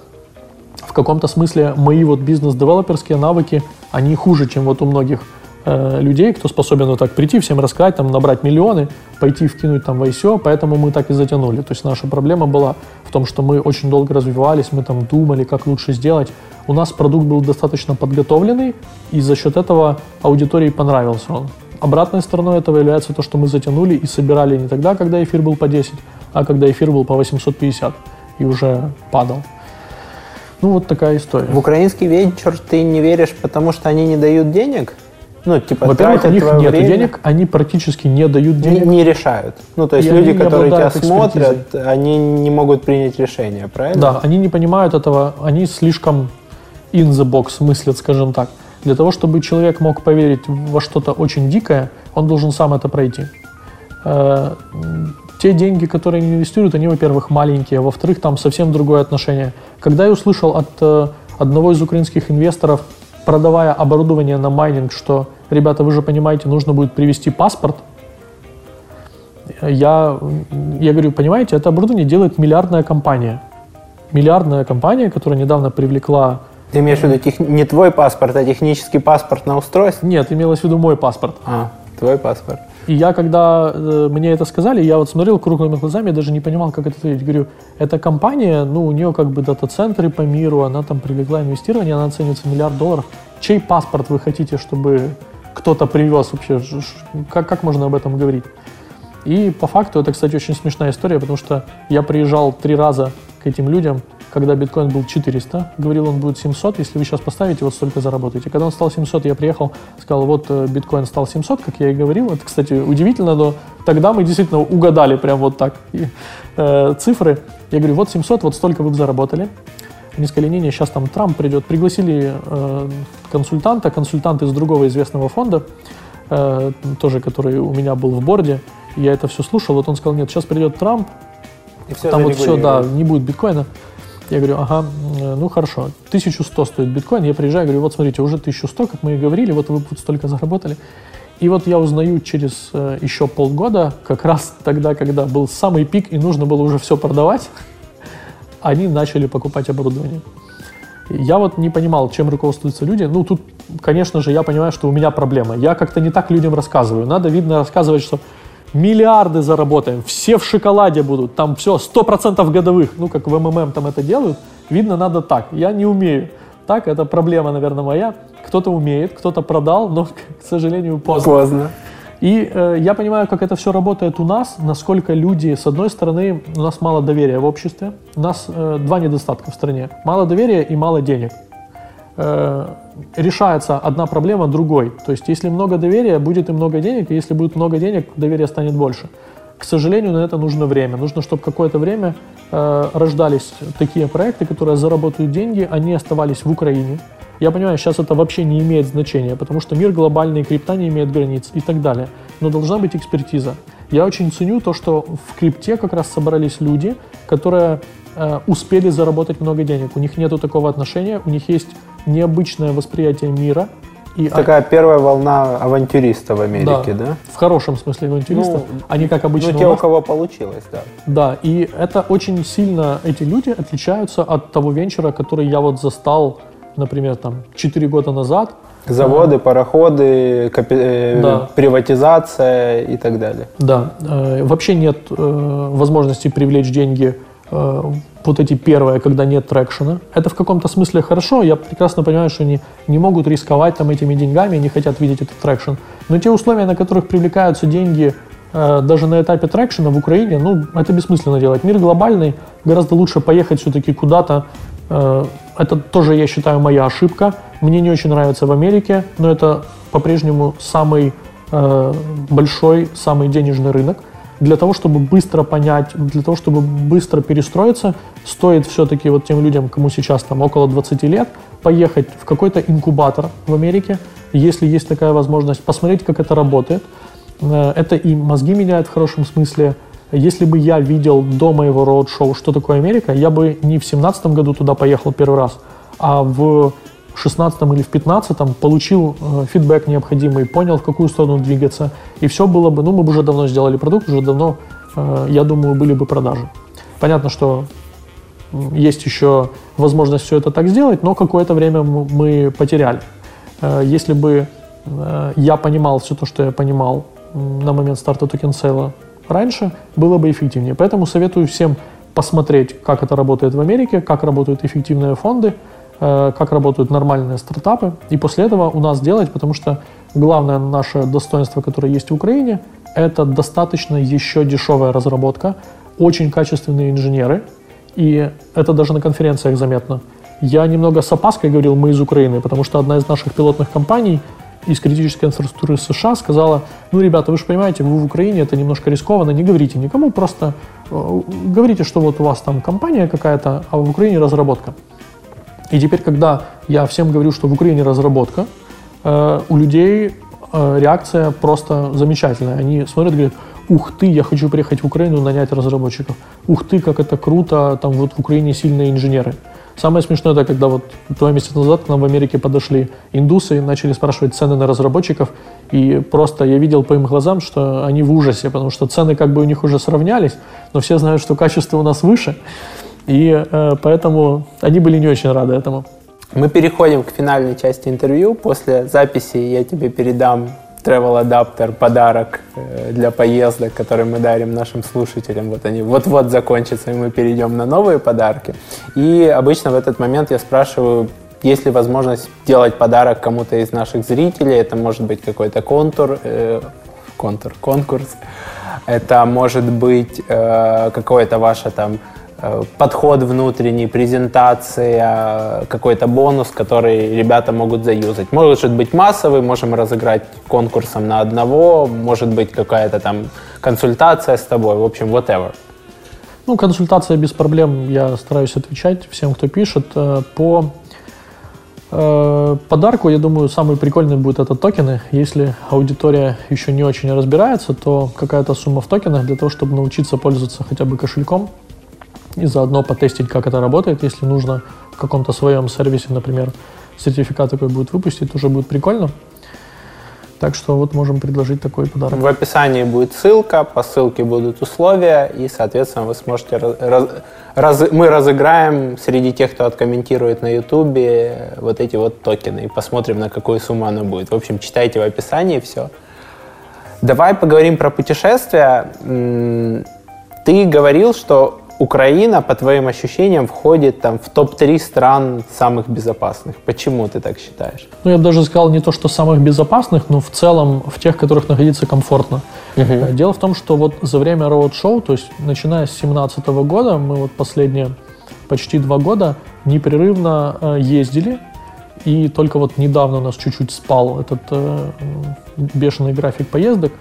в каком-то смысле мои вот бизнес-девелоперские навыки, они хуже, чем вот у многих э, людей, кто способен вот так прийти, всем рассказать, там, набрать миллионы, пойти вкинуть там в ай си о, поэтому мы так и затянули. То есть наша проблема была в том, что мы очень долго развивались, мы там думали, как лучше сделать. У нас продукт был достаточно подготовленный, и за счет этого аудитории понравился он. Обратной стороной этого является то, что мы затянули и собирали не тогда, когда эфир был по десять, а когда эфир был по восемьсот пятьдесят и уже падал. Ну, вот такая история. В украинский венчур ты не веришь, потому что они не дают денег? Ну, типа, во-первых, у них нет время, денег, они практически не дают денег. Не, не решают. Ну, то есть и люди, которые тебя экспертизой. смотрят, они не могут принять решение, правильно? Да, они не понимают этого, они слишком in the box мыслят, скажем так. Для того, чтобы человек мог поверить во что-то очень дикое, он должен сам это пройти. Э, те деньги, которые они инвестируют, они, во-первых, маленькие, во-вторых, там совсем другое отношение. Когда я услышал от э, одного из украинских инвесторов, продавая оборудование на майнинг, что, ребята, вы же понимаете, нужно будет привезти паспорт, я, я говорю, понимаете, это оборудование делает миллиардная компания. Миллиардная компания, которая недавно привлекла... Ты имеешь в виду тех... не твой паспорт, а технический паспорт на устройство? Нет, имелось в виду мой паспорт. А, твой паспорт. И я, когда э, мне это сказали, я вот смотрел круглыми глазами, я даже не понимал, как это ответить. Говорю, эта компания, ну, у нее как бы дата-центры по миру, она там привлекла инвестирование, она оценивается в миллиард долларов. Чей паспорт вы хотите, чтобы кто-то привез вообще? Как, как можно об этом говорить? И по факту это, кстати, очень смешная история, потому что я приезжал три раза к этим людям, когда биткоин был четыреста, говорил, он будет семьсот, если вы сейчас поставите, вот столько заработаете. Когда он стал семьсот, я приехал, сказал, вот биткоин стал семьсот, как я и говорил. Это, кстати, удивительно, но тогда мы действительно угадали прям вот так и, э, цифры. Я говорю, вот семьсот, вот столько вы бы заработали. Они сказали, не-не, сейчас там Трамп придет. Пригласили э, консультанта, консультант из другого известного фонда, э, тоже, который у меня был в борде. Я это все слушал, вот он сказал, нет, сейчас придет Трамп, и все там вот все, да, не будет биткоина. Я говорю, ага, ну хорошо, тысяча сто стоит биткоин. Я приезжаю, говорю, вот смотрите, уже тысяча сто, как мы и говорили, вот вы вот столько заработали. И вот я узнаю через э, еще полгода, как раз тогда, когда был самый пик и нужно было уже все продавать, они начали покупать оборудование. Я вот не понимал, чем руководствуются люди. Ну, тут, конечно же, я понимаю, что у меня проблема. Я как-то не так людям рассказываю. Надо, видно, рассказывать, что миллиарды заработаем, все в шоколаде будут, там все, сто процентов годовых, ну, как в эм эм эм там это делают, видно, надо так. Я не умею. Так, это проблема, наверное, моя. Кто-то умеет, кто-то продал, но, к сожалению, поздно. Поздно. И э, я понимаю, как это все работает у нас, насколько люди, с одной стороны, у нас мало доверия в обществе, у нас э, два недостатка в стране. Мало доверия и мало денег. Э, решается одна проблема другой. То есть, если много доверия, будет и много денег, и если будет много денег, доверия станет больше. К сожалению, на это нужно время. Нужно, чтобы какое-то время э, рождались такие проекты, которые заработают деньги, они оставались в Украине. Я понимаю, сейчас это вообще не имеет значения, потому что мир глобальный, крипта не имеет границ и так далее. Но должна быть экспертиза. Я очень ценю то, что в крипте как раз собрались люди, которые э, успели заработать много денег. У них нету такого отношения, у них есть необычное восприятие мира. И такая а... первая волна авантюристов в Америке, да? Да, в хорошем смысле авантюристов. Ну, Они, как обычно, ну, те, у, у кого получилось, да. Да, и это очень сильно, эти люди отличаются от того венчура, который я вот застал, например, там, четыре года назад. Заводы, а, пароходы, капи... да. приватизация и так далее. Да, э, вообще нет э, возможности привлечь деньги э, вот эти первые, когда нет трекшена. Это в каком-то смысле хорошо, я прекрасно понимаю, что они не могут рисковать там этими деньгами, не хотят видеть этот трекшен. Но те условия, на которых привлекаются деньги э, даже на этапе трекшена в Украине, ну, это бессмысленно делать. Мир глобальный, гораздо лучше поехать все-таки куда-то. Э, это тоже, я считаю, моя ошибка. Мне не очень нравится в Америке, но это по-прежнему самый э, большой, самый денежный рынок. Для того, чтобы быстро понять, для того, чтобы быстро перестроиться, стоит все-таки вот тем людям, кому сейчас там около двадцати лет, поехать в какой-то инкубатор в Америке, если есть такая возможность, посмотреть, как это работает. Это и мозги меняет в хорошем смысле. Если бы я видел до моего роуд-шоу, что такое Америка, я бы не в семнадцатом году туда поехал первый раз, а в шестнадцатом или в пятнадцатом получил э, фидбэк необходимый, понял, в какую сторону двигаться, и все было бы, ну, мы бы уже давно сделали продукт, уже давно, э, я думаю, были бы продажи. Понятно, что есть еще возможность все это так сделать, но какое-то время мы потеряли. Э, если бы э, я понимал все то, что я понимал на момент старта токен-сейла раньше, было бы эффективнее. Поэтому советую всем посмотреть, как это работает в Америке, как работают эффективные фонды, как работают нормальные стартапы, и после этого у нас делать, потому что главное наше достоинство, которое есть в Украине, это достаточно еще дешевая разработка, очень качественные инженеры, и это даже на конференциях заметно. Я немного с опаской говорил «мы из Украины», потому что одна из наших пилотных компаний из критической инфраструктуры США сказала: ну, ребята, вы же понимаете, вы в Украине, это немножко рискованно, не говорите никому, просто э, говорите, что вот у вас там компания какая-то, а в Украине разработка. И теперь, когда я всем говорю, что в Украине разработка, э, у людей э, реакция просто замечательная. Они смотрят и говорят: ух ты, я хочу приехать в Украину, нанять разработчиков. Ух ты, как это круто, там вот в Украине сильные инженеры. Самое смешное, это когда вот два месяца назад к нам в Америке подошли индусы и начали спрашивать цены на разработчиков. И просто я видел по им глазам, что они в ужасе, потому что цены как бы у них уже сравнялись, но все знают, что качество у нас выше. И э, поэтому они были не очень рады этому. Мы переходим к финальной части интервью. После записи я тебе передам travel адаптер, подарок для поездок, который мы дарим нашим слушателям. Вот они вот-вот закончатся, и мы перейдем на новые подарки. И обычно в этот момент я спрашиваю, есть ли возможность делать подарок кому-то из наших зрителей. Это может быть какой-то контур, э, контур, конкурс. Это может быть э, какое-то ваше там подход внутренний, презентация, какой-то бонус, который ребята могут заюзать. Может быть массовый, можем разыграть конкурсом на одного, может быть какая-то там консультация с тобой, в общем, whatever. Ну, консультация без проблем, я стараюсь отвечать всем, кто пишет. По э, подарку, я думаю, самый прикольный будет это токены. Если аудитория еще не очень разбирается, то какая-то сумма в токенах для того, чтобы научиться пользоваться хотя бы кошельком, и заодно потестить, как это работает. Если нужно в каком-то своем сервисе, например, сертификат такой будет выпустить, тоже будет прикольно. Так что вот можем предложить такой подарок. В описании будет ссылка, по ссылке будут условия, и, соответственно, вы сможете... Раз, раз, мы разыграем среди тех, кто откомментирует на Ютубе, вот эти вот токены, и посмотрим, на какую сумму она будет. В общем, читайте в описании все. Давай поговорим про путешествия. Ты говорил, что Украина, по твоим ощущениям, входит там, в топ три стран самых безопасных. Почему ты так считаешь? Ну, я бы даже сказал не то, что самых безопасных, но в целом в тех, в которых находиться комфортно. Uh-huh. Дело в том, что вот за время роуд-шоу, то есть начиная с две тысячи семнадцатого года, мы вот последние почти два года непрерывно э, ездили, и только вот недавно у нас чуть-чуть спал этот э, бешеный график поездок.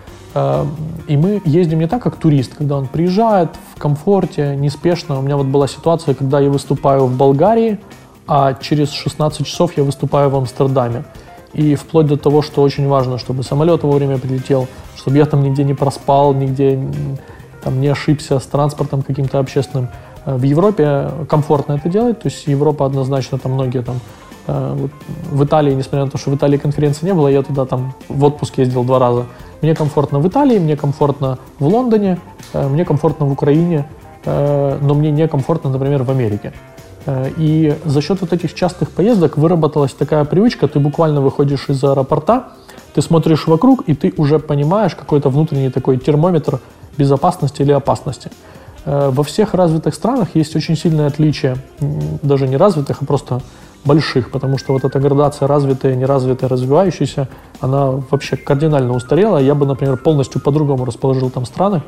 И мы ездим не так, как турист, когда он приезжает в комфорте, неспешно. У меня вот была ситуация, когда я выступаю в Болгарии, а через шестнадцать часов я выступаю в Амстердаме. И вплоть до того, что очень важно, чтобы самолет вовремя прилетел, чтобы я там нигде не проспал, нигде там, не ошибся с транспортом каким-то общественным. В Европе комфортно это делать, то есть Европа однозначно, там многие там, вот в Италии, несмотря на то, что в Италии конференции не было, я туда там в отпуск ездил два раза. Мне комфортно в Италии, мне комфортно в Лондоне, мне комфортно в Украине, но мне некомфортно, например, в Америке. И за счет вот этих частых поездок выработалась такая привычка, ты буквально выходишь из аэропорта, ты смотришь вокруг, и ты уже понимаешь какой-то внутренний такой термометр безопасности или опасности. Во всех развитых странах есть очень сильное отличие, даже не развитых, а просто больших, потому что вот эта градация развитая, неразвитая, развивающаяся, она вообще кардинально устарела. Я бы, например, полностью по-другому расположил там страны.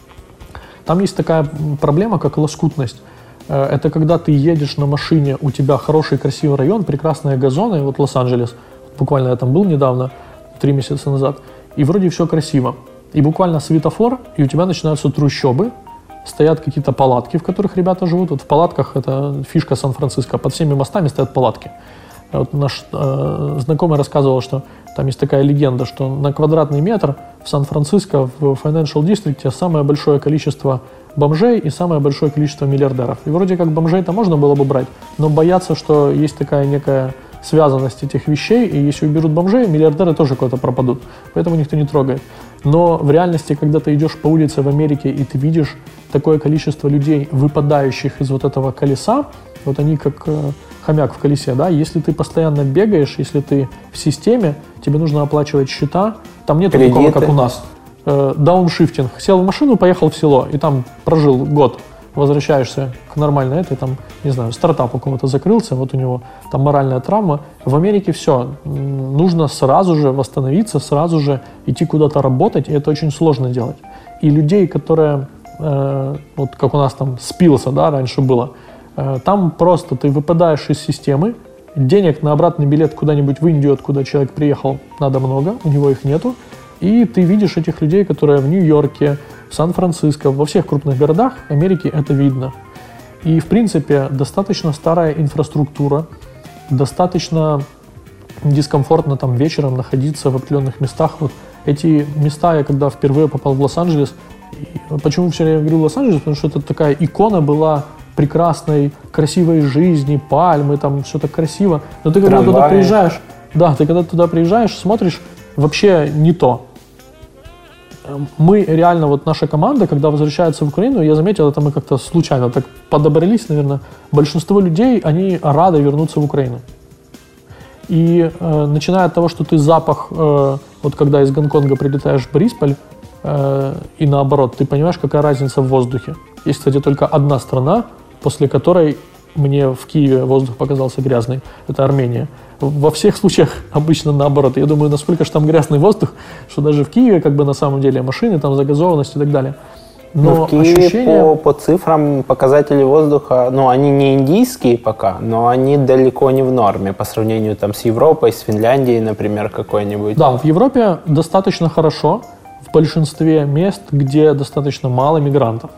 Там есть такая проблема, как лоскутность. Это когда ты едешь на машине, у тебя хороший, красивый район, прекрасные газоны, вот Лос-Анджелес, буквально я там был недавно, три месяца назад, и вроде все красиво. И буквально светофор, и у тебя начинаются трущобы, стоят какие-то палатки, в которых ребята живут. Вот в палатках, это фишка Сан-Франциско, под всеми мостами стоят палатки. Вот наш э, знакомый рассказывал, что там есть такая легенда, что на квадратный метр в Сан-Франциско, в Financial District, самое большое количество бомжей и самое большое количество миллиардеров. И вроде как бомжей-то можно было бы брать, но боятся, что есть такая некая связанность этих вещей, и если уберут бомжей, миллиардеры тоже куда-то пропадут. Поэтому никто не трогает. Но в реальности, когда ты идешь по улице в Америке, и ты видишь такое количество людей, выпадающих из вот этого колеса, вот они как э, хомяк в колесе, да, если ты постоянно бегаешь, если ты в системе, тебе нужно оплачивать счета, там нет такого, как у нас. Э, дауншифтинг. Сел в машину, поехал в село, и там прожил год. Возвращаешься к нормальной этой, там, не знаю, стартап у кого-то закрылся, вот у него там моральная травма. В Америке все, нужно сразу же восстановиться, сразу же идти куда-то работать, и это очень сложно делать. И людей, которые, э, вот как у нас там спился, да, раньше было, Там просто ты выпадаешь из системы, денег на обратный билет куда-нибудь в Индию, откуда человек приехал, надо много, у него их нету. И ты видишь этих людей, которые в Нью-Йорке, в Сан-Франциско, во всех крупных городах Америки это видно. И, в принципе, достаточно старая инфраструктура, достаточно дискомфортно там вечером находиться в определенных местах. Вот эти места, я когда впервые попал в Лос-Анджелес, почему все время говорю Лос-Анджелес, потому что это такая икона была прекрасной, красивой жизни, пальмы, там все так красиво. Но ты когда туда приезжаешь, да, ты когда туда приезжаешь, смотришь, вообще не то. Мы реально, вот наша команда, когда возвращается в Украину, я заметил, это мы как-то случайно так подобрались, наверное, большинство людей, они рады вернуться в Украину. И э, начиная от того, что ты запах, э, вот когда из Гонконга прилетаешь в Борисполь, э, и наоборот, ты понимаешь, какая разница в воздухе. Есть, кстати, только одна страна, после которой мне в Киеве воздух показался грязный, это Армения. Во всех случаях обычно наоборот. Я думаю, насколько же там грязный воздух, что даже в Киеве как бы на самом деле машины, там загазованность и так далее. Но, но в Киеве ощущение... по, по цифрам показатели воздуха, ну они не индийские пока, но они далеко не в норме по сравнению там с Европой, с Финляндией, например, какой-нибудь. Да, в Европе достаточно хорошо в большинстве мест, где достаточно мало мигрантов.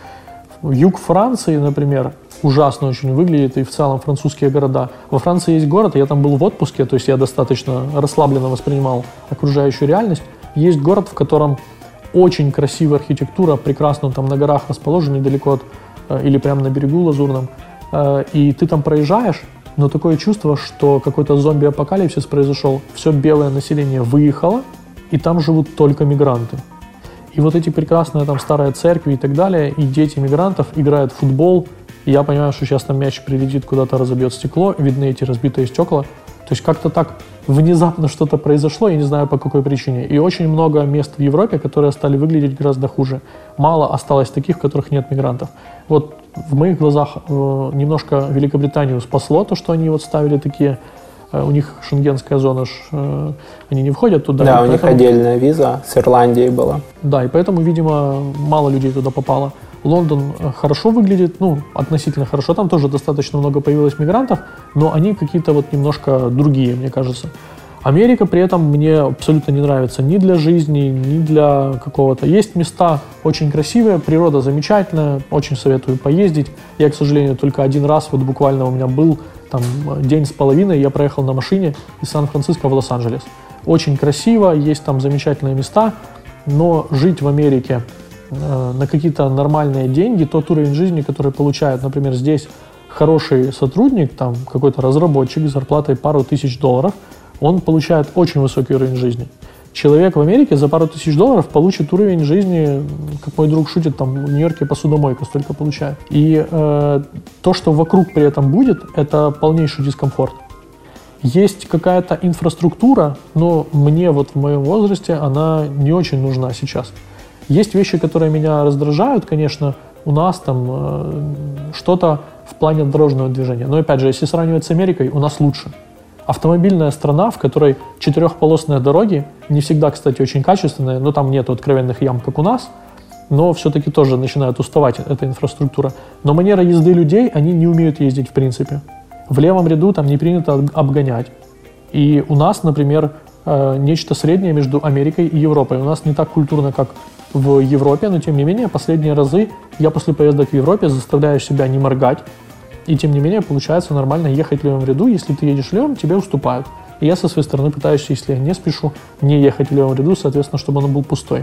Юг Франции, например, ужасно очень выглядит, и в целом французские города. Во Франции есть город, я там был в отпуске, то есть я достаточно расслабленно воспринимал окружающую реальность. Есть город, в котором очень красивая архитектура, прекрасно, он там на горах расположен, недалеко от, или прямо на берегу Лазурном, и ты там проезжаешь, но такое чувство, что какой-то зомби-апокалипсис произошел, все белое население выехало, и там живут только мигранты. И вот эти прекрасные там старые церкви и так далее, и дети мигрантов играют в футбол, и я понимаю, что сейчас там мяч прилетит, куда-то разобьет стекло, видны эти разбитые стекла. То есть как-то так внезапно что-то произошло, я не знаю по какой причине. И очень много мест в Европе, которые стали выглядеть гораздо хуже. Мало осталось таких, в которых нет мигрантов. Вот в моих глазах э, немножко Великобританию спасло то, что они вот ставили такие, э, у них шенгенская зона, э, они не входят туда. Да, у поэтому... них отдельная виза с Ирландией была. Да, и поэтому, видимо, мало людей туда попало. Лондон хорошо выглядит, ну, относительно хорошо, там тоже достаточно много появилось мигрантов, но они какие-то вот немножко другие, мне кажется. Америка при этом мне абсолютно не нравится ни для жизни, ни для какого-то. Есть места очень красивые, природа замечательная, очень советую поездить. Я, к сожалению, только один раз, вот буквально у меня был там день с половиной, я проехал на машине из Сан-Франциско в Лос-Анджелес. Очень красиво, есть там замечательные места, но жить в Америке на какие-то нормальные деньги, тот уровень жизни, который получает, например, здесь хороший сотрудник, там какой-то разработчик с зарплатой пару тысяч долларов, он получает очень высокий уровень жизни. Человек в Америке за пару тысяч долларов получит уровень жизни, как мой друг шутит, там в Нью-Йорке посудомойка столько получает. И э, то, что вокруг при этом будет, это полнейший дискомфорт. Есть какая-то инфраструктура, но мне вот в моем возрасте она не очень нужна сейчас. Есть вещи, которые меня раздражают, конечно, у нас там э, что-то в плане дорожного движения. Но опять же, если сравнивать с Америкой, у нас лучше. Автомобильная страна, в которой четырехполосные дороги, не всегда, кстати, очень качественные, но там нет откровенных ям, как у нас, но все-таки тоже начинает уставать эта инфраструктура. Но манера езды людей, они не умеют ездить в принципе. В левом ряду там не принято обгонять. И у нас, например, э, нечто среднее между Америкой и Европой. У нас не так культурно, как в Европе, но тем не менее, последние разы я после поездок в Европе заставляю себя не моргать, и тем не менее получается нормально ехать в левом ряду. Если ты едешь левым, тебе уступают. И я со своей стороны пытаюсь, если я не спешу, не ехать в левом ряду, соответственно, чтобы он был пустой.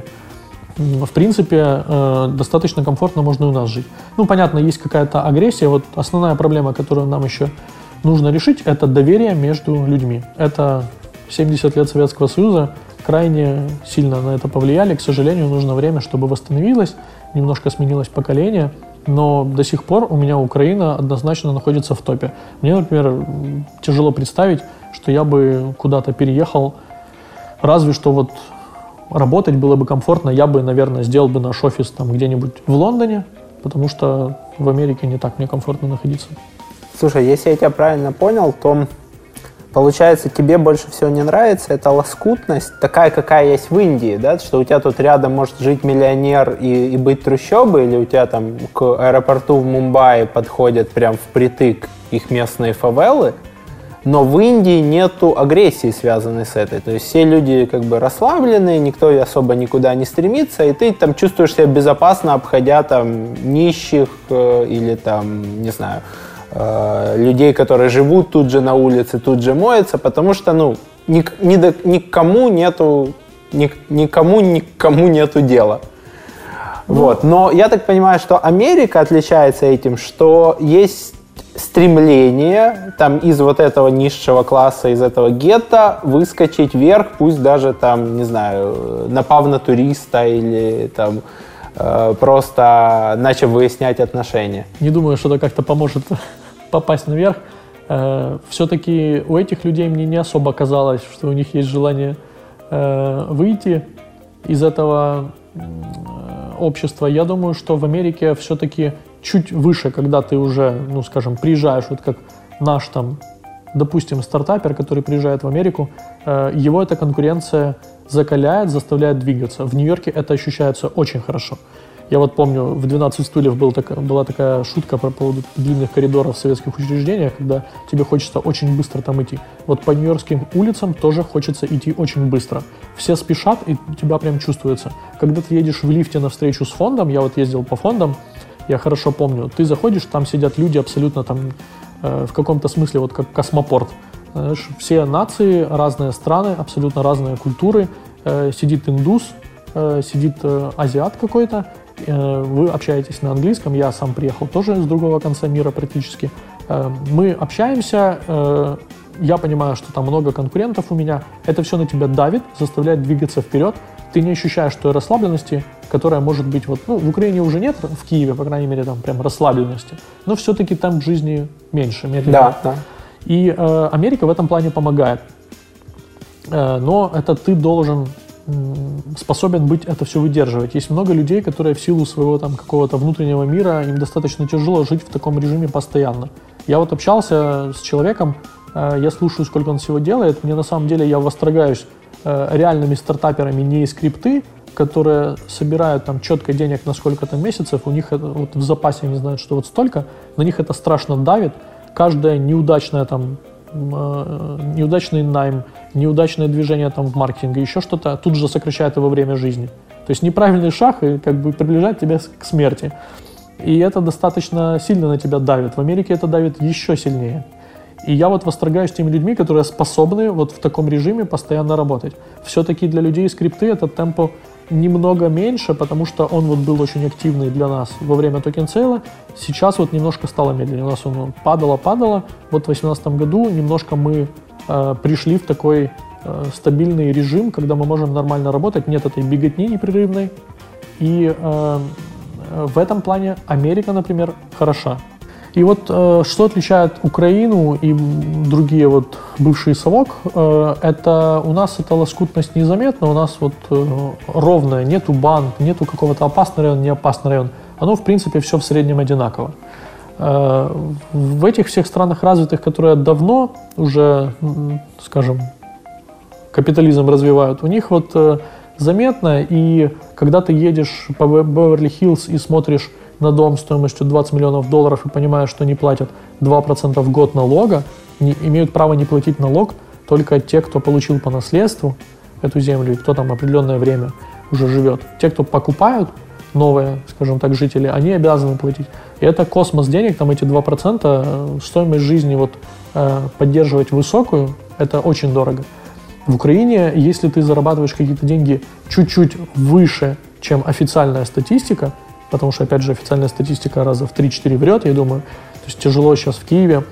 В принципе, достаточно комфортно можно у нас жить. Ну, понятно, есть какая-то агрессия. Вот основная проблема, которую нам еще нужно решить, это доверие между людьми. Это семьдесят лет Советского Союза крайне сильно на это повлияли. К сожалению, нужно время, чтобы восстановилось, немножко сменилось поколение, но до сих пор у меня Украина однозначно находится в топе. Мне, например, тяжело представить, что я бы куда-то переехал, разве что вот работать было бы комфортно, я бы, наверное, сделал бы наш офис там где-нибудь в Лондоне, потому что в Америке не так мне комфортно находиться. Слушай, если я тебя правильно понял, то получается, тебе больше всего не нравится эта лоскутность, такая, какая есть в Индии, да, что у тебя тут рядом может жить миллионер и, и быть трущобы, или у тебя там к аэропорту в Мумбаи подходят прям впритык их местные фавелы, но в Индии нету агрессии, связанной с этой. То есть все люди как бы расслабленные, никто особо никуда не стремится, и ты там чувствуешь себя безопасно, обходя там нищих э, или там, не знаю, э, людей, которые живут тут же на улице, тут же моются, потому что, ну, ни, ни до, никому нету, ни, никому никому нету дела. Вот. Но я так понимаю, что Америка отличается этим, что есть стремление там из вот этого низшего класса, из этого гетто выскочить вверх, пусть даже там, не знаю, напав на туриста или там э, просто начав выяснять отношения. Не думаю, что это как-то поможет попасть наверх. Э, все-таки у этих людей мне не особо казалось, что у них есть желание э, выйти из этого э, общества. Я думаю, что в Америке все-таки чуть выше, когда ты уже, ну, скажем, приезжаешь, вот как наш там, допустим, стартапер, который приезжает в Америку, э, его эта конкуренция закаляет, заставляет двигаться. В Нью-Йорке это ощущается очень хорошо. Я вот помню, в двенадцать стульев был так, была такая шутка по поводу длинных коридоров в советских учреждениях, когда тебе хочется очень быстро там идти. Вот по нью-йоркским улицам тоже хочется идти очень быстро. Все спешат, и у тебя прям чувствуется. Когда ты едешь в лифте навстречу с фондом, я вот ездил по фондам, я хорошо помню, ты заходишь, там сидят люди абсолютно там э, в каком-то смысле вот как космопорт. Знаешь, все нации, разные страны, абсолютно разные культуры. Э, сидит индус, э, сидит э, азиат какой-то, э, вы общаетесь на английском, я сам приехал тоже с другого конца мира практически. Э, мы общаемся, э, я понимаю, что там много конкурентов у меня, это все на тебя давит, заставляет двигаться вперед. Ты не ощущаешь той расслабленности, которая может быть вот, ну, в Украине уже нет, в Киеве, по крайней мере, там прям расслабленности, но все-таки там жизни меньше, медленно. Да, да. И э, Америка в этом плане помогает. Э, но это ты должен э, способен быть это все выдерживать. Есть много людей, которые в силу своего там какого-то внутреннего мира, им достаточно тяжело жить в таком режиме постоянно. Я вот общался с человеком, э, я слушаю, сколько он всего делает, мне на самом деле я восторгаюсь реальными стартаперами не из скрипты, которые собирают там четко денег на сколько-то месяцев, у них это, вот в запасе они знают, что вот столько, на них это страшно давит. Каждое неудачное там, э, неудачный найм, неудачное движение там в маркетинге, еще что-то, тут же сокращает его время жизни. То есть неправильный шаг и как бы приближает тебя к смерти. И это достаточно сильно на тебя давит. В Америке это давит еще сильнее. И я вот восторгаюсь теми людьми, которые способны вот в таком режиме постоянно работать. Все-таки для людей скрипты этот темпо немного меньше, потому что он вот был очень активный для нас во время токен-сейла. Сейчас вот немножко стало медленнее. У нас он падало-падало. Вот в две тысячи восемнадцатом году немножко мы э, пришли в такой э, стабильный режим, когда мы можем нормально работать, нет этой беготни непрерывной. И э, в этом плане Америка, например, хороша. И вот э, что отличает Украину и другие вот бывший совок, э, это у нас эта лоскутность незаметна, у нас вот э, ровная, нету банд, нету какого-то опасный район, не опасный район. Оно, в принципе, все в среднем одинаково. Э, в этих всех странах развитых, которые давно уже, скажем, капитализм развивают, у них вот э, заметно, и когда ты едешь по Беверли-Хиллз и смотришь на дом стоимостью двадцать миллионов долларов и понимаешь, что они платят два процента в год налога, не, имеют право не платить налог только те, кто получил по наследству эту землю и кто там определенное время уже живет. Те, кто покупают, новые, скажем так, жители, они обязаны платить. И это космос денег, там эти два процента, стоимость жизни вот, э, поддерживать высокую, это очень дорого. В Украине, если ты зарабатываешь какие-то деньги чуть-чуть выше, чем официальная статистика, потому что, опять же, официальная статистика раза в три-четыре врет, я думаю. То есть тяжело сейчас в Киеве.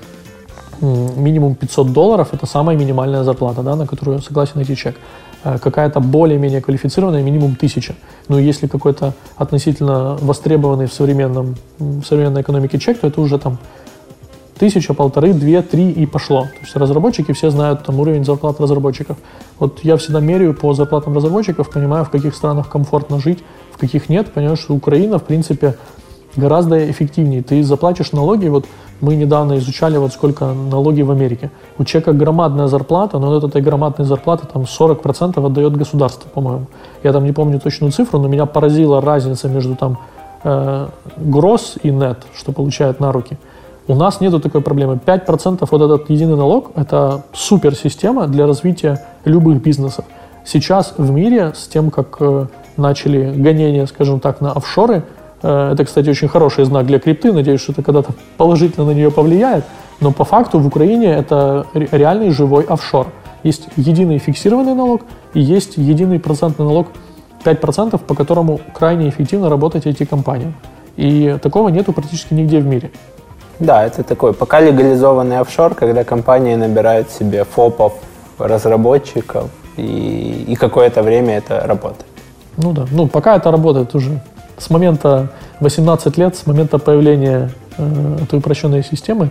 Минимум пятьсот долларов – это самая минимальная зарплата, да, на которую согласен идти чек. Какая-то более-менее квалифицированная – минимум тысяча. Ну, если какой-то относительно востребованный в, современном, в современной экономике чек, то это уже там тысяча, полторы, две, три и пошло. То есть разработчики все знают там уровень зарплат разработчиков. Вот я всегда меряю по зарплатам разработчиков, понимаю, в каких странах комфортно жить, в каких нет. Понимаю, что Украина, в принципе, гораздо эффективнее. Ты заплатишь налоги, вот Мы недавно изучали, вот сколько налоги в Америке. У человека громадная зарплата, но от этой громадной зарплаты там сорок процентов отдает государство, по-моему. Я там не помню точную цифру, но меня поразила разница между там э, гросс и нет, что получают на руки. У нас нету такой проблемы. пять процентов вот этот единый налог – это суперсистема для развития любых бизнесов. Сейчас в мире с тем, как э, начали гонения, скажем так, на офшоры, э, это, кстати, очень хороший знак для крипты, надеюсь, что это когда-то положительно на нее повлияет, но по факту в Украине это реальный живой офшор. Есть единый фиксированный налог и есть единый процентный налог пять процентов, по которому крайне эффективно работать ай ти-компаниям. И такого нету практически нигде в мире. Да, это такой пока легализованный офшор, когда компании набирают себе фопов, разработчиков, и, и какое-то время это работает. Ну да, ну пока это работает уже с момента восемнадцати лет, с момента появления э, этой упрощенной системы,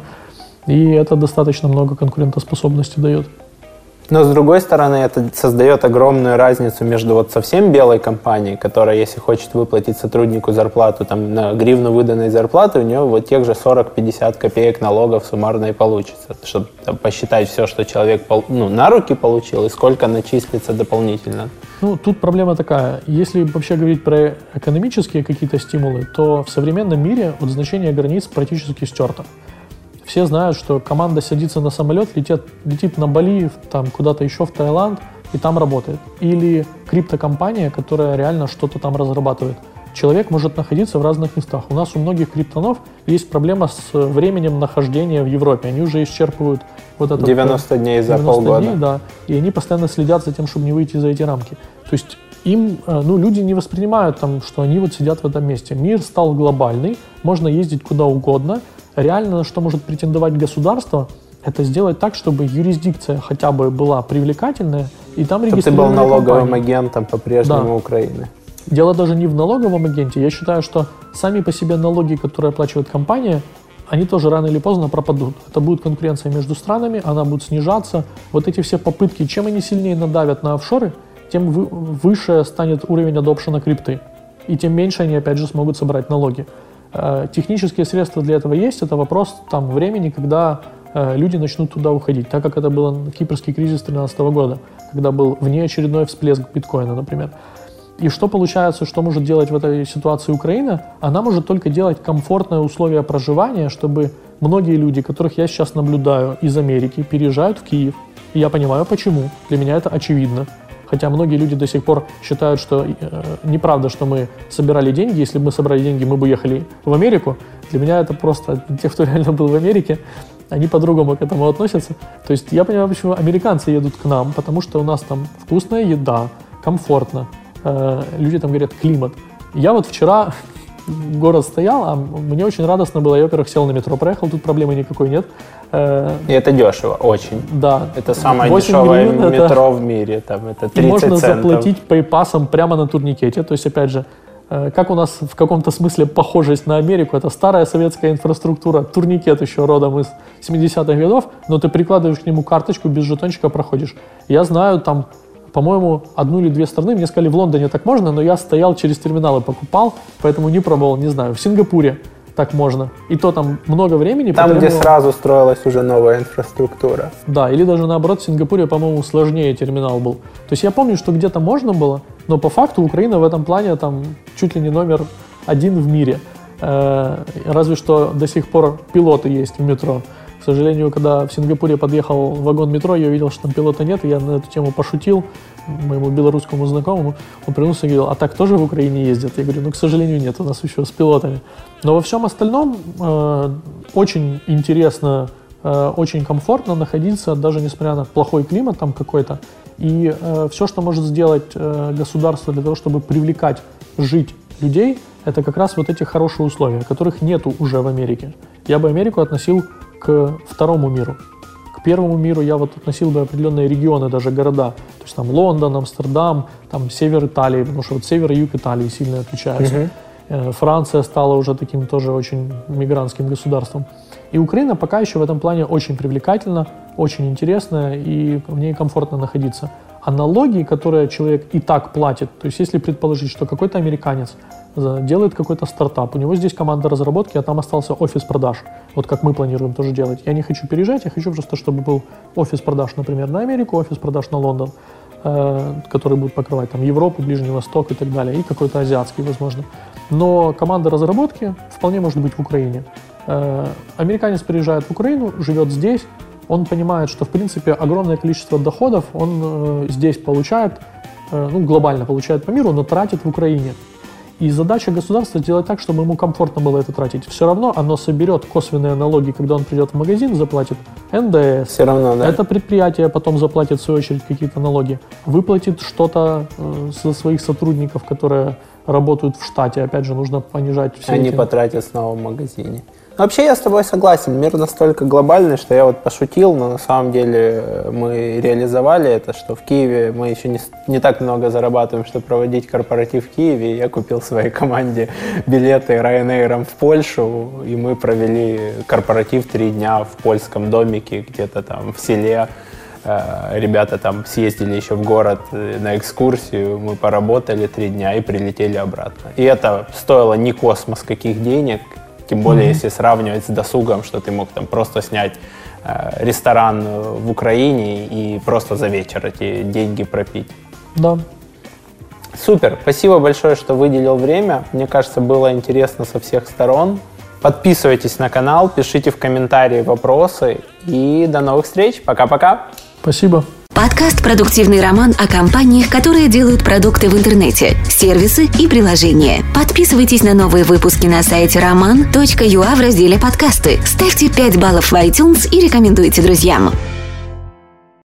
и это достаточно много конкурентоспособности дает. Но, с другой стороны, это создает огромную разницу между вот совсем белой компанией, которая, если хочет выплатить сотруднику зарплату, там, на гривну выданной зарплаты, у нее вот тех же сорок-пятьдесят копеек налогов суммарно и получится, чтобы там, посчитать все, что человек ну, на руки получил, и сколько начислится дополнительно. Ну, тут проблема такая. Если вообще говорить про экономические какие-то стимулы, то в современном мире вот значение границ практически стерто. Все знают, что команда садится на самолет, летит, летит на Бали, там, куда-то еще в Таиланд, и там работает. Или криптокомпания, которая реально что-то там разрабатывает. Человек может находиться в разных местах. У нас у многих криптонов есть проблема с временем нахождения в Европе. Они уже исчерпывают вот это... девяносто дней за девяносто полгода. Дней, да, и они постоянно следят за тем, чтобы не выйти за эти рамки. То есть им, ну, люди не воспринимают, там, что они вот сидят в этом месте. Мир стал глобальный, можно ездить куда угодно. Реально, на что может претендовать государство, это сделать так, чтобы юрисдикция хотя бы была привлекательная, и там регистрировали ты был налоговым компании. агентом по-прежнему Да. Украины. Дело даже не в налоговом агенте. Я считаю, что сами по себе налоги, которые оплачивает компания, они тоже рано или поздно пропадут. Это будет конкуренция между странами, она будет снижаться. Вот эти все попытки, чем они сильнее надавят на офшоры, тем выше станет уровень адопшена крипты. И тем меньше они, опять же, смогут собрать налоги. Технические средства для этого есть, это вопрос там, времени, когда э, люди начнут туда уходить, так как это было на кипрский кризис две тысячи тринадцатого года, когда был внеочередной всплеск биткоина, например. И что получается, что может делать в этой ситуации Украина? Она может только делать комфортные условия проживания, чтобы многие люди, которых я сейчас наблюдаю из Америки, переезжают в Киев. И я понимаю, почему. Для меня это очевидно. Хотя многие люди до сих пор считают, что э, неправда, что мы собирали деньги. Если бы мы собрали деньги, мы бы ехали в Америку. Для меня это просто те, кто реально был в Америке, они по-другому к этому относятся. То есть я понимаю, почему американцы едут к нам, потому что у нас там вкусная еда, комфортно. Э, люди там говорят климат. Я вот вчера город стоял, а мне очень радостно было. Я, во-первых, сел на метро, проехал, тут проблемы никакой нет. И это дешево, очень. Да. Это самое дешевое гривен, метро это... в мире. Там, это тридцать и можно центов. заплатить пейпасом прямо на турникете. То есть, опять же, как у нас в каком-то смысле похожесть на Америку, это старая советская инфраструктура, турникет еще родом из семидесятых годов, но ты прикладываешь к нему карточку, без жетончика проходишь. Я знаю, там, по-моему, одну или две страны, мне сказали, в Лондоне так можно, но я стоял через терминалы, покупал, поэтому не пробовал, не знаю. В Сингапуре так можно. И то там много времени. Там, потребовало... где сразу строилась уже новая инфраструктура. Да, или даже наоборот, в Сингапуре, по-моему, сложнее терминал был. То есть я помню, что где-то можно было, но по факту Украина в этом плане там чуть ли не номер один в мире. Э-э- разве что до сих пор пилоты есть в метро. К сожалению, когда в Сингапуре подъехал вагон метро, я увидел, что там пилота нет, и я на эту тему пошутил моему белорусскому знакомому. Он принулся и говорил, а так тоже в Украине ездят? Я говорю, ну, к сожалению, нет, у нас еще с пилотами. Но во всем остальном э, очень интересно, э, очень комфортно находиться, даже несмотря на плохой климат там какой-то. И э, все, что может сделать э, государство для того, чтобы привлекать, жить людей, это как раз вот эти хорошие условия, которых нету уже в Америке. Я бы Америку относил к второму миру. К первому миру я вот относил бы определенные регионы, даже города. То есть там Лондон, Амстердам, там север Италии, потому что вот север и юг Италии сильно отличаются. Mm-hmm. Франция стала уже таким тоже очень мигрантским государством. И Украина пока еще в этом плане очень привлекательна, очень интересная, и в ней комфортно находиться. А налоги, которые человек и так платит, то есть если предположить, что какой-то американец делает какой-то стартап, у него здесь команда разработки, а там остался офис продаж, вот как мы планируем тоже делать. Я не хочу переезжать, я хочу просто, чтобы был офис продаж, например, на Америку, офис продаж на Лондон, э, который будет покрывать там Европу, Ближний Восток и так далее, и какой-то азиатский, возможно. Но команда разработки вполне может быть в Украине. Э, американец приезжает в Украину, живет здесь, он понимает, что, в принципе, огромное количество доходов он э, здесь получает, э, ну, глобально получает по миру, но тратит в Украине. И задача государства сделать так, чтобы ему комфортно было это тратить. Все равно оно соберет косвенные налоги, когда он придет в магазин, заплатит эн дэ эс. Все равно, да. Это предприятие потом заплатит, в свою очередь, какие-то налоги. Выплатит что-то э, за своих сотрудников, которые работают в штате. Опять же, нужно понижать все Они эти... потратят снова в магазине. Вообще я с тобой согласен, мир настолько глобальный, что я вот пошутил, но на самом деле мы реализовали это, что в Киеве мы еще не, не так много зарабатываем, чтобы проводить корпоратив в Киеве. Я купил своей команде билеты Ryanair в Польшу, и мы провели корпоратив три дня в польском домике, где-то там в селе. Ребята там съездили еще в город на экскурсию, мы поработали три дня и прилетели обратно. И это стоило не космос каких денег. Тем более, mm-hmm. если сравнивать с досугом, что ты мог там просто снять э, ресторан в Украине и просто за вечер эти деньги пропить. Да. Супер. Спасибо большое, что выделил время. Мне кажется, было интересно со всех сторон. Подписывайтесь на канал, пишите в комментарии вопросы. И до новых встреч. Пока-пока. Спасибо. Подкаст «Продуктивный роман» о компаниях, которые делают продукты в интернете, сервисы и приложения. Подписывайтесь на новые выпуски на сайте роман точка ю а в разделе «Подкасты». Ставьте пять баллов в iTunes и рекомендуйте друзьям.